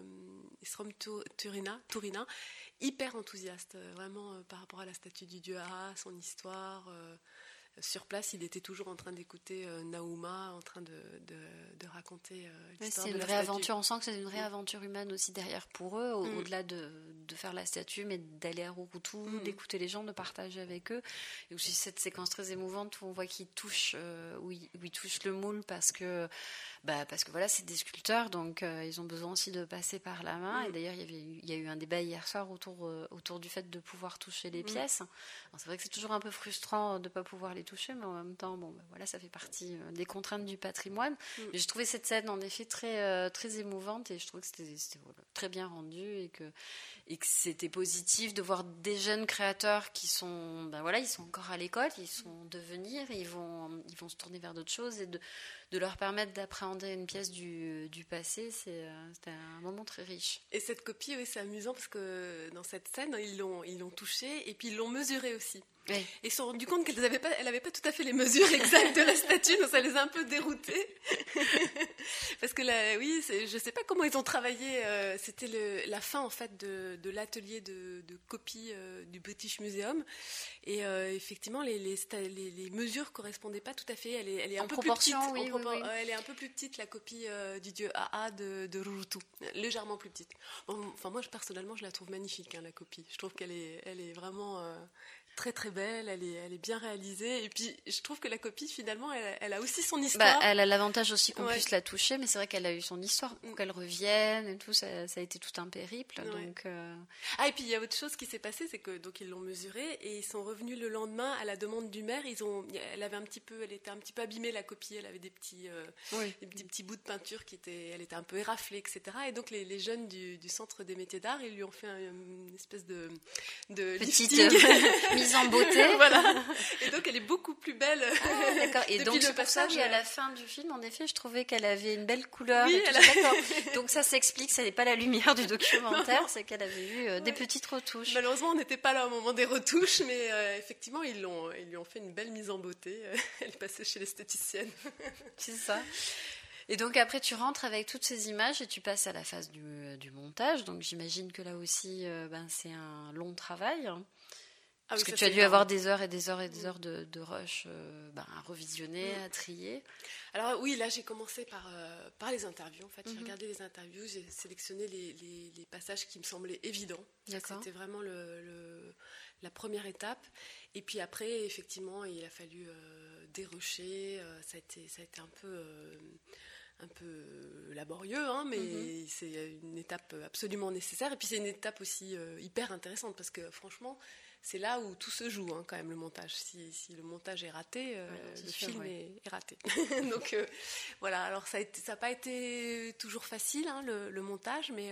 Turina, hyper enthousiaste, vraiment par rapport à la statue du dieu Aa, son histoire. Sur place, il était toujours en train d'écouter Nauma, en train de raconter l'histoire de la statue. C'est une vraie aventure, on sent que c'est une vraie aventure humaine aussi derrière pour eux, au-delà de faire la statue, mais d'aller à Rurutu, d'écouter les gens, de partager avec eux. Et aussi cette séquence très émouvante où on voit qu'ils touchent, où ils touchent le moule parce que voilà, c'est des sculpteurs, donc ils ont besoin aussi de passer par la main. Et d'ailleurs, il y a eu un débat hier soir autour du fait de pouvoir toucher les pièces. Alors, c'est vrai que c'est toujours un peu frustrant de ne pas pouvoir les toucher, mais en même temps, ça fait partie des contraintes du patrimoine. Mais j'ai trouvé cette scène en effet très, très émouvante, et je trouve que c'était très bien rendu, et que c'était positif de voir des jeunes créateurs qui sont, ils sont encore à l'école, ils sont en devenir, ils vont se tourner vers d'autres choses, et de leur permettre d'appréhender une pièce du passé, c'était un moment très riche. Et cette copie, oui, c'est amusant parce que dans cette scène, ils l'ont touchée et puis ils l'ont mesurée aussi. Oui. Et ils se sont rendus compte qu'elle n'avait pas tout à fait les mesures exactes de la statue, donc ça les a un peu déroutés. Parce que là, oui, je ne sais pas comment ils ont travaillé. C'était la fin en fait de l'atelier de copie du British Museum. Et effectivement, les mesures correspondaient pas tout à fait. Elle est un peu plus petite. Oui. Elle est un peu plus petite, la copie du dieu Aa de Rurutu, légèrement plus petite. Enfin, moi, personnellement, je la trouve magnifique, hein, la copie. Je trouve qu'elle est vraiment très très belle. Elle est bien réalisée. Et puis, je trouve que la copie, finalement, elle a aussi son histoire. Elle a l'avantage aussi qu'on puisse la toucher, mais c'est vrai qu'elle a eu son histoire pour qu'elle revienne et tout. Ça a été tout un périple. Ouais. Donc, Ah, et puis il y a autre chose qui s'est passé, c'est que donc ils l'ont mesurée et ils sont revenus le lendemain à la demande du maire. Elle était un petit peu abîmée, la copie. Elle avait des petits bouts de peinture elle était un peu éraflée, etc. Et donc les jeunes du centre des métiers d'art, ils lui ont fait une espèce de petite lifting. mise en beauté. Voilà. Et donc elle est beaucoup plus belle. Ah, d'accord. Et depuis donc le c'est pour ça passage. qu'à la fin du film, en effet, je trouvais qu'elle avait une belle couleur. Oui, D'accord. Donc ça s'explique, ça n'est pas la lumière du documentaire, c'est qu'elle avait eu des petites retouches. Malheureusement, on n'était pas là au moment des retouches, mais effectivement, ils lui ont fait une belle mise en beauté. Elle est passée chez l'esthéticienne. C'est ça. Et donc après, tu rentres avec toutes ces images et tu passes à la phase du montage. Donc j'imagine que là aussi, c'est un long travail. Parce que tu as dû avoir des heures et des heures et des heures de rush à revisionner, à trier. Alors oui, là j'ai commencé par les interviews. En fait, j'ai regardé les interviews, j'ai sélectionné les passages qui me semblaient évidents. D'accord. C'était vraiment la première étape. Et puis après, effectivement, il a fallu dérocher. Ça a été un peu laborieux, hein, mais c'est une étape absolument nécessaire. Et puis c'est une étape aussi hyper intéressante parce que franchement, c'est là où tout se joue, hein, quand même, le montage. Si le montage est raté, le film est raté. Donc voilà, alors ça n'a pas été toujours facile, hein, le montage, mais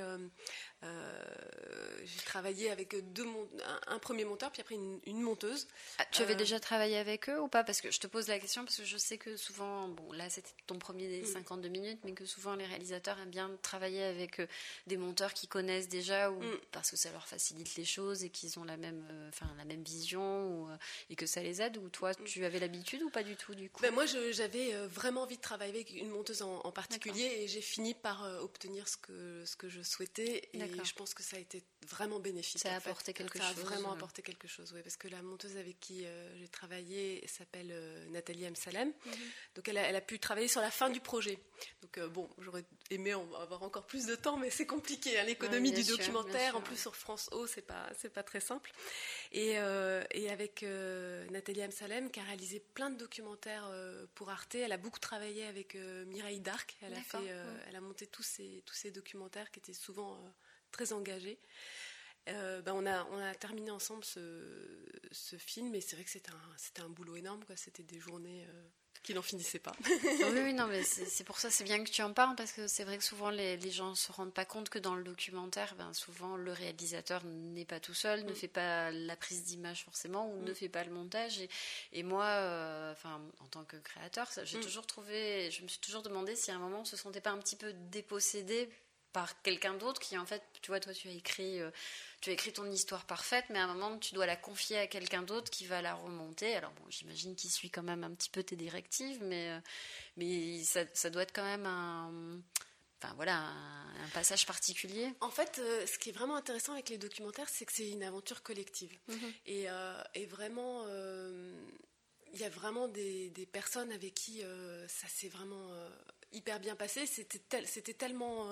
j'ai travaillé avec un premier monteur, puis après une monteuse. Ah, tu avais déjà travaillé avec eux ou pas? Parce que je te pose la question, parce que je sais que souvent, bon là c'était ton premier des 52 minutes, mais que souvent les réalisateurs aiment bien travailler avec des monteurs qui connaissent déjà, parce que ça leur facilite les choses et qu'ils ont la même vision, et que ça les aide. Ou toi, tu avais l'habitude ou pas du tout, du coup? Moi, j'avais vraiment envie de travailler avec une monteuse en particulier. D'accord. Et j'ai fini par obtenir ce que je souhaitais. Et je pense que ça a été vraiment bénéfique. Ça a apporté quelque chose. Ça a vraiment apporté quelque chose, oui, parce que la monteuse avec qui j'ai travaillé s'appelle Nathalie M. Salem. Donc elle a pu travailler sur la fin du projet. Donc j'aurais aimé avoir encore plus de temps, mais c'est compliqué, hein, l'économie du documentaire. En plus sur France O, c'est pas très simple. Et avec Nathalie M. Salem, qui a réalisé plein de documentaires pour Arte. Elle a beaucoup travaillé avec Mireille Darc. Elle a monté tous ces documentaires qui étaient souvent très engagés. On a terminé ensemble ce film, et c'est vrai que c'était un boulot énorme, quoi. C'était des journées qui n'en finissaient pas. Oui, non, mais c'est pour ça, c'est bien que tu en parles, parce que c'est vrai que souvent les gens ne se rendent pas compte que dans le documentaire, souvent le réalisateur n'est pas tout seul, ne fait pas la prise d'image forcément, ou ne fait pas le montage. Et moi, en tant que créateur, je me suis toujours demandé si à un moment on se sentait pas un petit peu dépossédé par quelqu'un d'autre qui, en fait, tu vois, toi tu as écrit ton histoire parfaite, mais à un moment tu dois la confier à quelqu'un d'autre qui va la remonter. Alors bon, j'imagine qu'il suit quand même un petit peu tes directives, mais ça doit être quand même un passage particulier. En fait, ce qui est vraiment intéressant avec les documentaires, c'est que c'est une aventure collective. Et vraiment, il y a vraiment des personnes avec qui ça s'est vraiment hyper bien passé. C'était tellement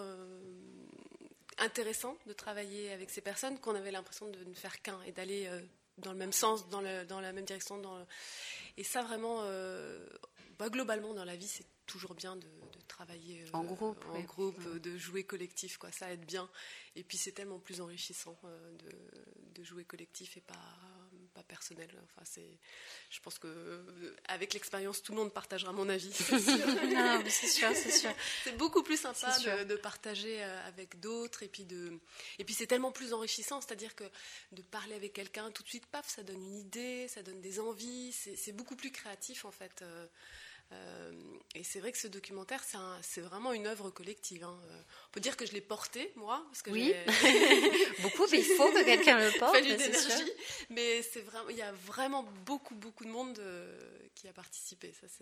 intéressant de travailler avec ces personnes qu'on avait l'impression de ne faire qu'un et d'aller dans le même sens, dans la même direction. Et ça, vraiment, globalement, dans la vie, c'est toujours bien de travailler en groupe, de jouer collectif, quoi. Ça aide bien. Et puis c'est tellement plus enrichissant de jouer collectif et pas personnel. Je pense que avec l'expérience, tout le monde partagera mon avis. C'est sûr. Non, mais c'est sûr. C'est beaucoup plus sympa de partager avec d'autres, et puis c'est tellement plus enrichissant. C'est-à-dire que de parler avec quelqu'un, tout de suite, paf, ça donne une idée, ça donne des envies. C'est beaucoup plus créatif, en fait. Et c'est vrai que ce documentaire, c'est vraiment une œuvre collective. Hein. On peut dire que je l'ai porté, moi, parce que oui, beaucoup, mais il faut que quelqu'un le porte. Fallu d'énergie, mais c'est vraiment, il y a vraiment beaucoup de monde qui a participé. Ça,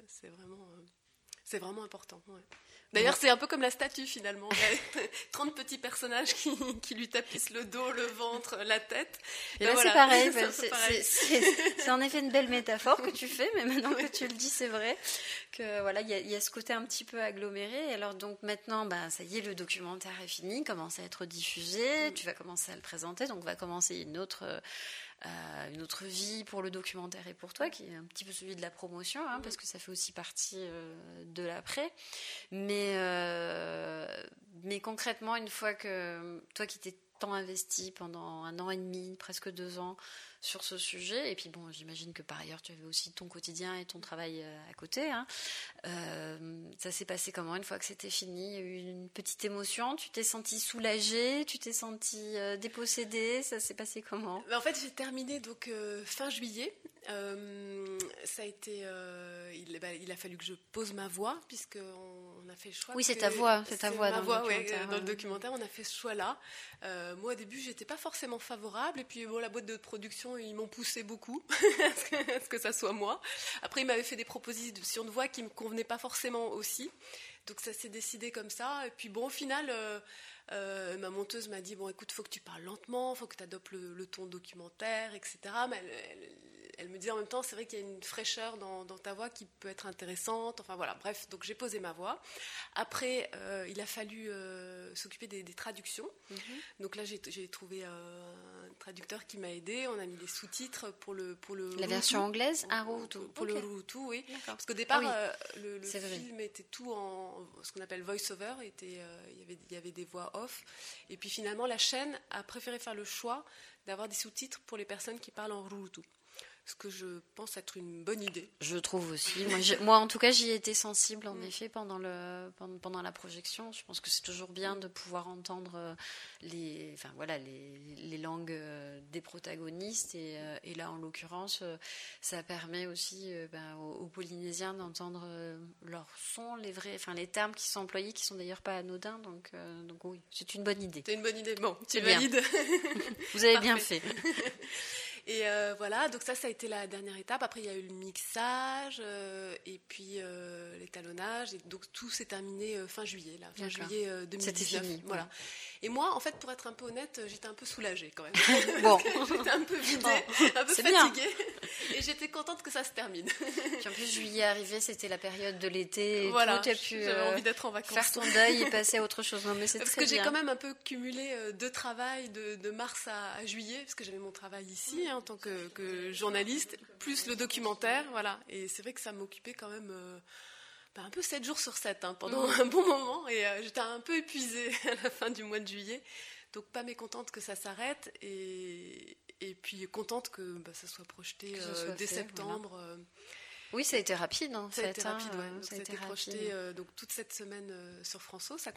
c'est vraiment important. Ouais. D'ailleurs, c'est un peu comme la statue, finalement. Il y a 30 petits personnages qui lui tapissent le dos, le ventre, la tête. Et là, c'est pareil. C'est en effet une belle métaphore que tu fais, mais maintenant que tu le dis, c'est vrai que voilà, il y a ce côté un petit peu aggloméré. Et alors, donc maintenant, ça y est, le documentaire est fini, commence à être diffusé, tu vas commencer à le présenter, donc va commencer une autre vie pour le documentaire et pour toi, qui est un petit peu celui de la promotion, hein, parce que ça fait aussi partie de l'après. Mais concrètement, une fois que toi qui t'es tant investi pendant 1 an et demi, presque 2 ans, sur ce sujet, et puis bon, j'imagine que par ailleurs tu avais aussi ton quotidien et ton travail à côté, hein. Ça s'est passé comment une fois que c'était fini? Il y a eu une petite émotion, tu t'es sentie soulagée, tu t'es sentie dépossédée, ça s'est passé comment? En fait, j'ai terminé donc fin juillet. Ça a été, il a fallu que je pose ma voix, puisqu'on a fait le choix. Oui, c'est ta voix, ma voix, dans le documentaire, on a fait ce choix-là. Moi, au début, j'étais pas forcément favorable, et puis bon, la boîte de production, ils m'ont poussé beaucoup à ce que ça soit moi. Après, ils m'avaient fait des propositions de voix qui me convenaient pas forcément aussi, donc ça s'est décidé comme ça. Et puis bon, au final, ma monteuse m'a dit, bon, écoute, faut que tu parles lentement, faut que tu adoptes le ton documentaire, etc. Mais elle me dit en même temps, c'est vrai qu'il y a une fraîcheur dans ta voix qui peut être intéressante. Enfin voilà, bref, donc j'ai posé ma voix. Après, il a fallu s'occuper des traductions. Donc là, j'ai trouvé un traducteur qui m'a aidé. On a mis des sous-titres pour le la version anglaise, pour le Ruutu, oui. D'accord. Parce qu'au départ, le film était tout en ce qu'on appelle voice-over. Il y avait des voix off. Et puis finalement, la chaîne a préféré faire le choix d'avoir des sous-titres pour les personnes qui parlent en Ruutu. Ce que je pense être une bonne idée. Je trouve aussi. Moi, en tout cas, j'y ai été sensible, en effet, pendant la projection. Je pense que c'est toujours bien de pouvoir entendre les langues des protagonistes. Et là, en l'occurrence, ça permet aussi aux Polynésiens d'entendre leur son, les termes qui sont employés, qui sont d'ailleurs pas anodins. Donc oui, c'est une bonne idée. C'est une bonne idée. Bon, tu c'est valides. Vous avez bien fait. Et voilà, donc ça a été la dernière étape. Après, il y a eu le mixage et puis l'étalonnage. Et donc, tout s'est terminé fin juillet, fin juillet 2019. C'était fini. Voilà. Ouais. Et moi, en fait, pour être un peu honnête, j'étais un peu soulagée quand même. Bon. J'étais un peu vidée, un peu fatiguée. Bien. Et j'étais contente que ça se termine. Puis en plus, juillet arrivé, c'était la période de l'été. Voilà, tu as pu j'avais envie d'être en vacances. Faire ton deuil et passer à autre chose. Non, mais c'est parce très que bien. j'ai quand même un peu cumulé 2 travails de mars à juillet, parce que j'avais mon travail ici en tant que journaliste, plus le documentaire. Voilà. Et c'est vrai que ça m'occupait quand même un peu 7 jours sur 7 pendant un bon moment. Et j'étais un peu épuisée à la fin du mois de juillet. Donc pas mécontente que ça s'arrête. Et puis contente que ça soit projeté dès septembre. Voilà. Oui, ça a été rapide. Ça a été rapide, ouais. Ça a été projeté donc, toute cette semaine sur France O. Ça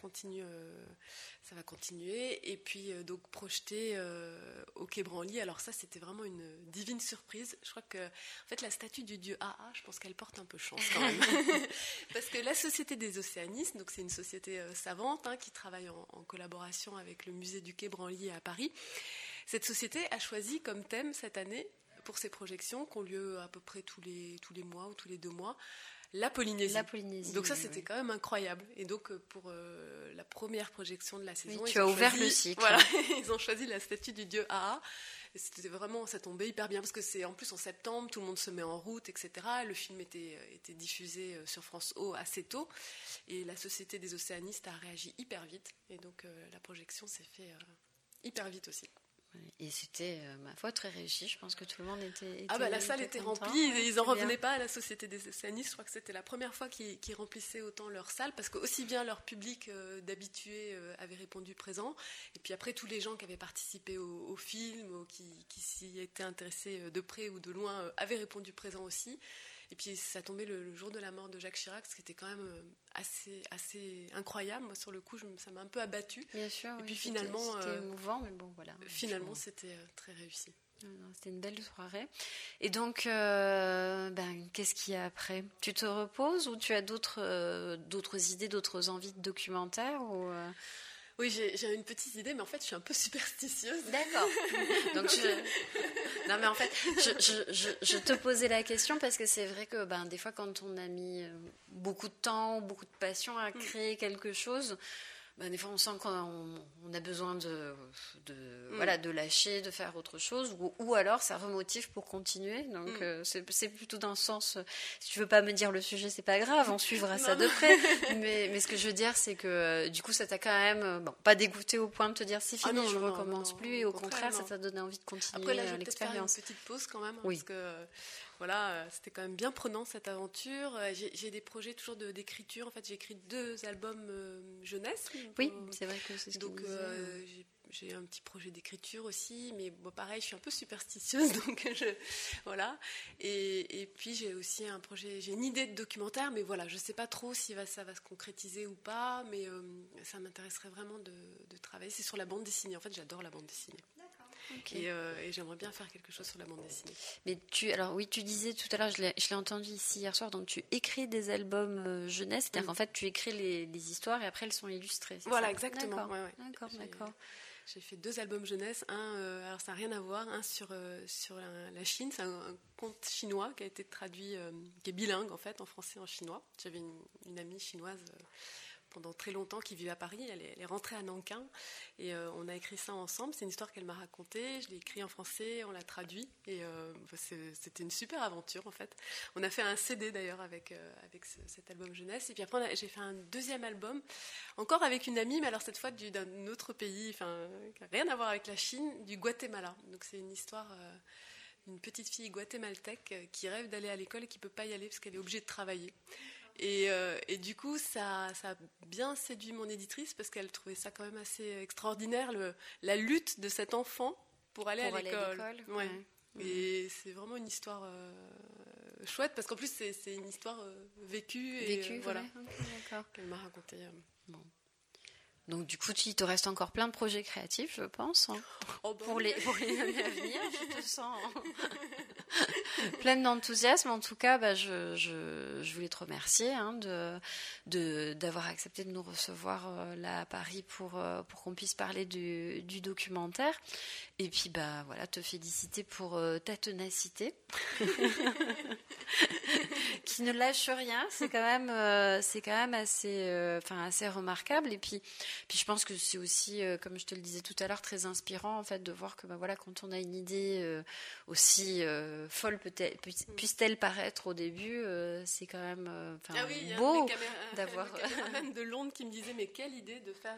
va continuer. Et puis, donc, projeté au Quai Branly. Alors ça, c'était vraiment une divine surprise. Je crois que, en fait, la statue du dieu AA, je pense qu'elle porte un peu chance quand même. Parce que la Société des Océanistes, donc c'est une société savante qui travaille en collaboration avec le musée du Quai Branly à Paris. Cette société a choisi comme thème cette année, pour ces projections qui ont lieu à peu près tous les mois ou tous les 2 mois, la Polynésie. Donc ça, c'était quand même incroyable. Et donc, pour la première projection de la saison... Oui, tu as ouvert le cycle. Voilà, ils ont choisi la statue du dieu AA. Et c'était vraiment, ça tombait hyper bien, parce que c'est en plus en septembre, tout le monde se met en route, etc. Le film était diffusé sur France O assez tôt. Et la Société des Océanistes a réagi hyper vite. Et donc, la projection s'est fait hyper vite aussi. Et c'était, ma foi, très réussi. Je pense que tout le monde était la salle était remplie. Ils n'en revenaient pas à la Société des Océanistes. Je crois que c'était la première fois qu'ils remplissaient autant leur salle, parce que aussi bien leur public d'habitués avait répondu présent, et puis après tous les gens qui avaient participé au film, qui s'y étaient intéressés de près ou de loin, avaient répondu présent aussi. Et puis ça tombait le jour de la mort de Jacques Chirac, ce qui était quand même assez incroyable. Moi, sur le coup, ça m'a un peu abattue. Bien sûr. Et puis finalement, c'était émouvant, mais bon, voilà. Finalement, c'était très réussi. C'était une belle soirée. Et donc, qu'est-ce qu'il y a après? Tu te reposes ou tu as d'autres idées, d'autres envies de documentaire ou Oui, j'ai une petite idée, mais en fait, je suis un peu superstitieuse. D'accord. Donc non, mais en fait, je te posais la question parce que c'est vrai que des fois, quand on a mis beaucoup de temps, beaucoup de passion à créer quelque chose, des fois, on sent qu'on a besoin de lâcher, de faire autre chose, ou alors ça remotive pour continuer. Donc, c'est plutôt dans ce sens. Si tu veux pas me dire le sujet, c'est pas grave, on suivra ça de près. Mais ce que je veux dire, c'est que du coup, ça t'a quand même pas dégoûté au point de te dire c'est fini, je recommence plus. Et au contraire, ça t'a donné envie de continuer Après, là, je vais l'expérience. peut-être faire une petite pause quand même, Oui. parce que voilà, c'était quand même bien prenant cette aventure. J'ai des projets toujours d'écriture. En fait, j'ai écrit 2 albums jeunesse. Oui, c'est vrai que c'est ce donc, que j'ai un petit projet d'écriture aussi, mais pareil, je suis un peu superstitieuse, donc voilà. Et puis j'ai aussi un projet, j'ai une idée de documentaire, mais voilà, je sais pas trop si ça va se concrétiser ou pas, mais ça m'intéresserait vraiment de travailler. C'est sur la bande dessinée. En fait, j'adore la bande dessinée. Okay. Et j'aimerais bien faire quelque chose sur la bande dessinée. Mais tu disais tout à l'heure, je l'ai entendu ici hier soir, donc tu écris des albums jeunesse, c'est-à-dire qu'en fait tu écris les histoires et après elles sont illustrées. Voilà, exactement. D'accord, ouais. D'accord. J'ai fait 2 albums jeunesse, alors ça n'a rien à voir, un sur la Chine, c'est un conte chinois qui a été traduit, qui est bilingue en fait, en français et en chinois. J'avais une amie chinoise pendant très longtemps qui vivait à Paris, elle est rentrée à Nankin et on a écrit ça ensemble. C'est une histoire qu'elle m'a racontée, je l'ai écrit en français, on l'a traduit et c'était une super aventure en fait. On a fait un CD d'ailleurs avec cet album jeunesse et puis après j'ai fait un 2e album encore avec une amie, mais alors cette fois d'un autre pays, qui n'a rien à voir avec la Chine, du Guatemala. Donc c'est une histoire d'une petite fille guatémaltèque qui rêve d'aller à l'école et qui ne peut pas y aller parce qu'elle est obligée de travailler. Et du coup, ça a bien séduit mon éditrice parce qu'elle trouvait ça quand même assez extraordinaire, la lutte de cet enfant pour aller à l'école. Ouais. Et c'est vraiment une histoire chouette parce qu'en plus, c'est une histoire vécue. Voilà, qu'elle m'a racontée. Bon. Donc du coup, il te reste encore plein de projets créatifs, je pense, pour les années à venir. Je te sens pleine d'enthousiasme. En tout cas, je voulais te remercier d'avoir accepté de nous recevoir là à Paris pour qu'on puisse parler du documentaire. Et puis te féliciter pour ta ténacité, qui ne lâche rien. C'est quand même assez remarquable. Et puis je pense que c'est aussi, comme je te le disais tout à l'heure, très inspirant en fait de voir que quand on a une idée aussi folle puisse-t-elle paraître au début, c'est quand même beau d'avoir. Il y a un caméraman de Londres qui me disait mais quelle idée de faire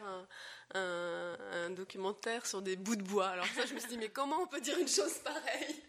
un documentaire sur des bouts de bois. Alors ça, je me suis dit mais comment on peut dire une chose pareille?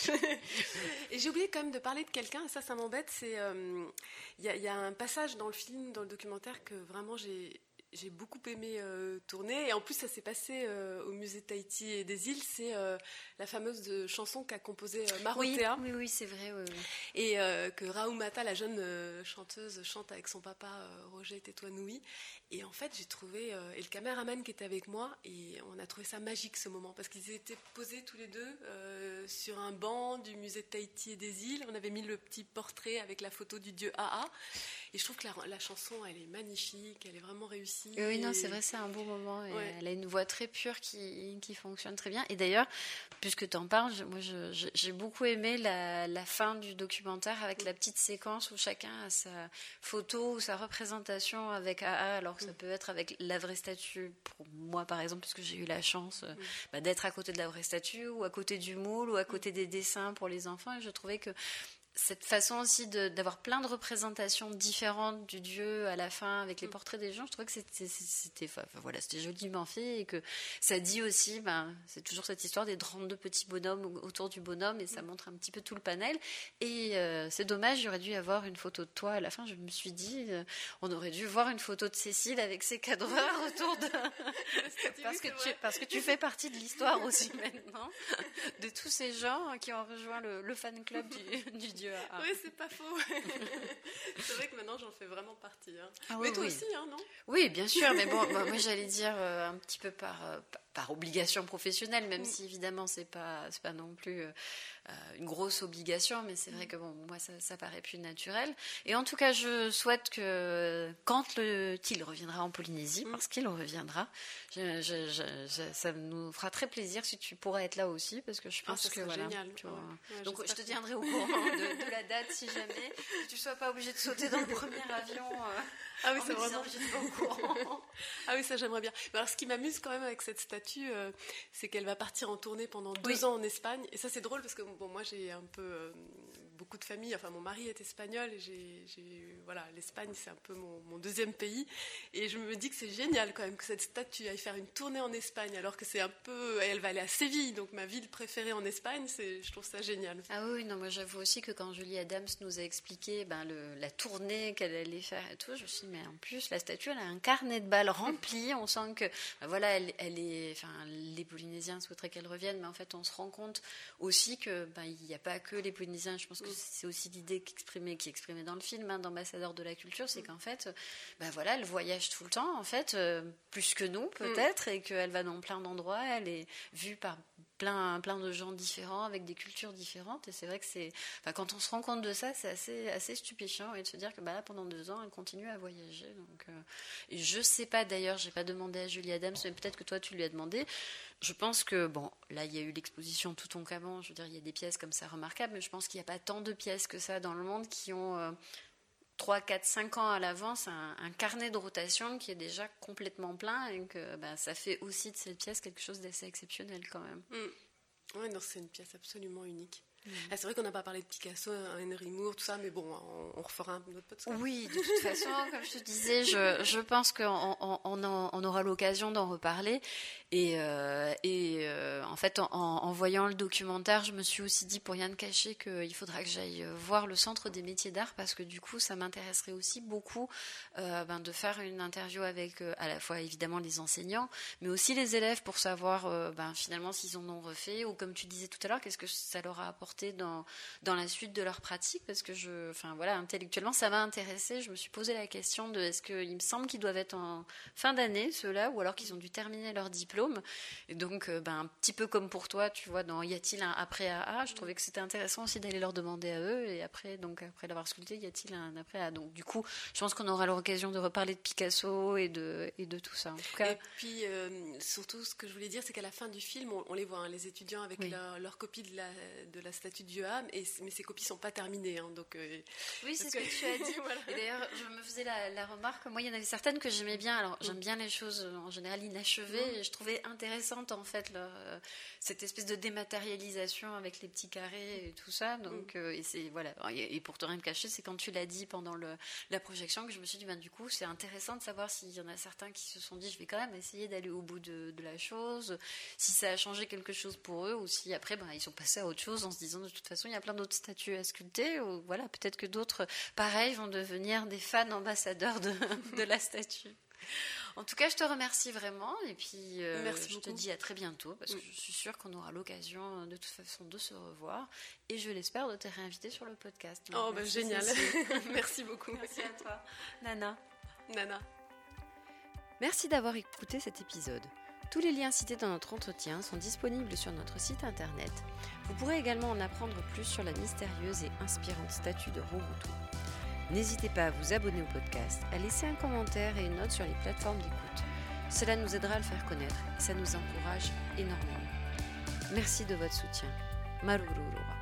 Et j'ai oublié quand même de parler de quelqu'un, et ça m'embête. C'est il y a un passage dans le documentaire que vraiment j'ai beaucoup aimé tourner, et en plus ça s'est passé au musée de Tahiti et des îles. C'est la fameuse chanson qu'a composée Marotea. Oui, c'est vrai. Oui. Et que Raoumata, la jeune chanteuse, chante avec son papa Roger Tetouanoui. Et en fait, j'ai trouvé, et le caméraman qui était avec moi, et on a trouvé ça magique ce moment, parce qu'ils étaient posés tous les deux sur un banc du musée de Tahiti et des îles. On avait mis le petit portrait avec la photo du dieu Aa. Et je trouve que la chanson, elle est magnifique, elle est vraiment réussie. Oui, non, c'est vrai, c'est un beau moment. Et elle a une voix très pure qui fonctionne très bien. Et d'ailleurs, puisque tu en parles, moi, j'ai beaucoup aimé la fin du documentaire avec la petite séquence où chacun a sa photo ou sa représentation avec Aa, alors que ça peut être avec la vraie statue. Pour moi, par exemple, puisque j'ai eu la chance d'être à côté de la vraie statue ou à côté du moule ou à côté des dessins pour les enfants. Et je trouvais que cette façon aussi d'avoir plein de représentations différentes du dieu à la fin avec les portraits des gens, je trouvais que c'était joliment fait, et que ça dit aussi, c'est toujours cette histoire des 32 petits bonhommes autour du bonhomme, et ça montre un petit peu tout le panel. Et c'est dommage, j'aurais dû avoir une photo de toi à la fin. Je me suis dit, on aurait dû voir une photo de Cécile avec ses cadreurs autour de parce que tu fais partie de l'histoire aussi maintenant, de tous ces gens qui ont rejoint le fan club du dieu. Oui, c'est pas faux. C'est vrai que maintenant j'en fais vraiment partie. Ah, mais toi aussi, non? Oui, bien sûr. Mais bon, moi j'allais dire un petit peu par obligation professionnelle, même si évidemment c'est pas non plus une grosse obligation, mais c'est vrai que bon, moi ça paraît plus naturel. Et en tout cas, je souhaite que quand Till reviendra en Polynésie, parce qu'il reviendra, ça nous fera très plaisir si tu pourras être là aussi, parce que je pense que voilà. Génial. Donc je te tiendrai au courant de la date si jamais, que tu sois pas obligé de sauter dans le premier avion. Ah oui, c'est vraiment. J'étais pas au courant. Ah oui, ça j'aimerais bien. Mais alors, ce qui m'amuse quand même avec cette statue, c'est qu'elle va partir en tournée pendant 2 ans en Espagne. Et ça, c'est drôle parce que bon, moi, j'ai un peu beaucoup de famille. Enfin, mon mari est espagnol et voilà, l'Espagne, c'est un peu mon deuxième pays. Et je me dis que c'est génial quand même que cette statue aille faire une tournée en Espagne, alors que c'est un peu. Elle va aller à Séville, donc ma ville préférée en Espagne. Je trouve ça génial. Ah oui, non, moi j'avoue aussi que quand Julie Adams nous a expliqué la tournée qu'elle allait faire et tout, je me suis dit, mais en plus, la statue, elle a un carnet de balles rempli. On sent que, voilà, elle est. Enfin, les Polynésiens souhaiteraient qu'elle revienne, mais en fait, on se rend compte aussi que il n'y a pas que les Polynésiens. Je pense que c'est aussi l'idée qui est exprimée dans le film, d'ambassadeur de la culture, c'est qu'en fait, voilà, elle voyage tout le temps, en fait, plus que nous peut-être, et qu'elle va dans plein d'endroits, elle est vue par plein de gens différents, avec des cultures différentes, et c'est vrai que quand on se rend compte de ça, c'est assez stupéfiant, et de se dire que là, pendant 2 ans, elle continue à voyager. Donc, et je sais pas, d'ailleurs, j'ai pas demandé à Julie Adams, mais peut-être que toi, tu lui as demandé. Je pense que, bon, là, il y a eu l'exposition Toutankhamon, je veux dire, il y a des pièces comme ça remarquables, mais je pense qu'il n'y a pas tant de pièces que ça dans le monde qui ont 3, 4, 5 ans à l'avance un carnet de rotation qui est déjà complètement plein, et que ça fait aussi de cette pièce quelque chose d'assez exceptionnel quand même. Oui, non, c'est une pièce absolument unique. Ah, c'est vrai qu'on n'a pas parlé de Picasso, Henry Moore, tout ça, mais bon, on refera un autre podcast. Oui, de toute façon, comme je te disais, je pense qu'on aura l'occasion d'en reparler. Et en fait, en voyant le documentaire, je me suis aussi dit, pour rien te cacher, qu'il faudra que j'aille voir le Centre des métiers d'art, parce que du coup, ça m'intéresserait aussi beaucoup de faire une interview avec à la fois évidemment les enseignants, mais aussi les élèves, pour savoir finalement s'ils en ont refait, ou comme tu disais tout à l'heure, qu'est-ce que ça leur a apporté dans la suite de leur pratique, parce que intellectuellement ça m'a intéressée. Je me suis posé la question de est-ce qu'il me semble qu'ils doivent être en fin d'année, ceux-là, ou alors qu'ils ont dû terminer leur diplôme. Et donc un petit peu comme pour toi, tu vois, dans Y a-t-il un après AA, je trouvais que c'était intéressant aussi d'aller leur demander à eux, et après l'avoir sculpté, y a-t-il un après AA. Donc du coup, je pense qu'on aura l'occasion de reparler de Picasso et de tout ça. En tout cas. Et puis surtout, ce que je voulais dire, c'est qu'à la fin du film, on les voit, les étudiants avec leur copie de la statue de Dieu âme, mais ces copies sont pas terminées, donc oui, c'est ce que tu as dit. Voilà. Et d'ailleurs, je me faisais la remarque, moi il y en avait certaines que j'aimais bien. Alors j'aime bien les choses en général inachevées, et je trouvais intéressante en fait cette espèce de dématérialisation avec les petits carrés et tout ça. Donc et c'est voilà. Et pour te rien te cacher, c'est quand tu l'as dit pendant la projection que je me suis dit du coup c'est intéressant de savoir s'il y en a certains qui se sont dit je vais quand même essayer d'aller au bout de la chose, si ça a changé quelque chose pour eux, ou si après ils sont passés à autre chose en se disant de toute façon il y a plein d'autres statues à sculpter, ou voilà, peut-être que d'autres pareil vont devenir des fans ambassadeurs de la statue. En tout cas, je te remercie vraiment, et puis je te dis à très bientôt, parce que je suis sûre qu'on aura l'occasion de toute façon de se revoir, et je l'espère de te réinviter sur le podcast. Donc, génial. Merci beaucoup. Merci à toi. Nana. Merci d'avoir écouté cet épisode. Tous les liens cités dans notre entretien sont disponibles sur notre site internet. Vous pourrez également en apprendre plus sur la mystérieuse et inspirante statue de Rorutu. N'hésitez pas à vous abonner au podcast, à laisser un commentaire et une note sur les plateformes d'écoute. Cela nous aidera à le faire connaître et ça nous encourage énormément. Merci de votre soutien. Marururura.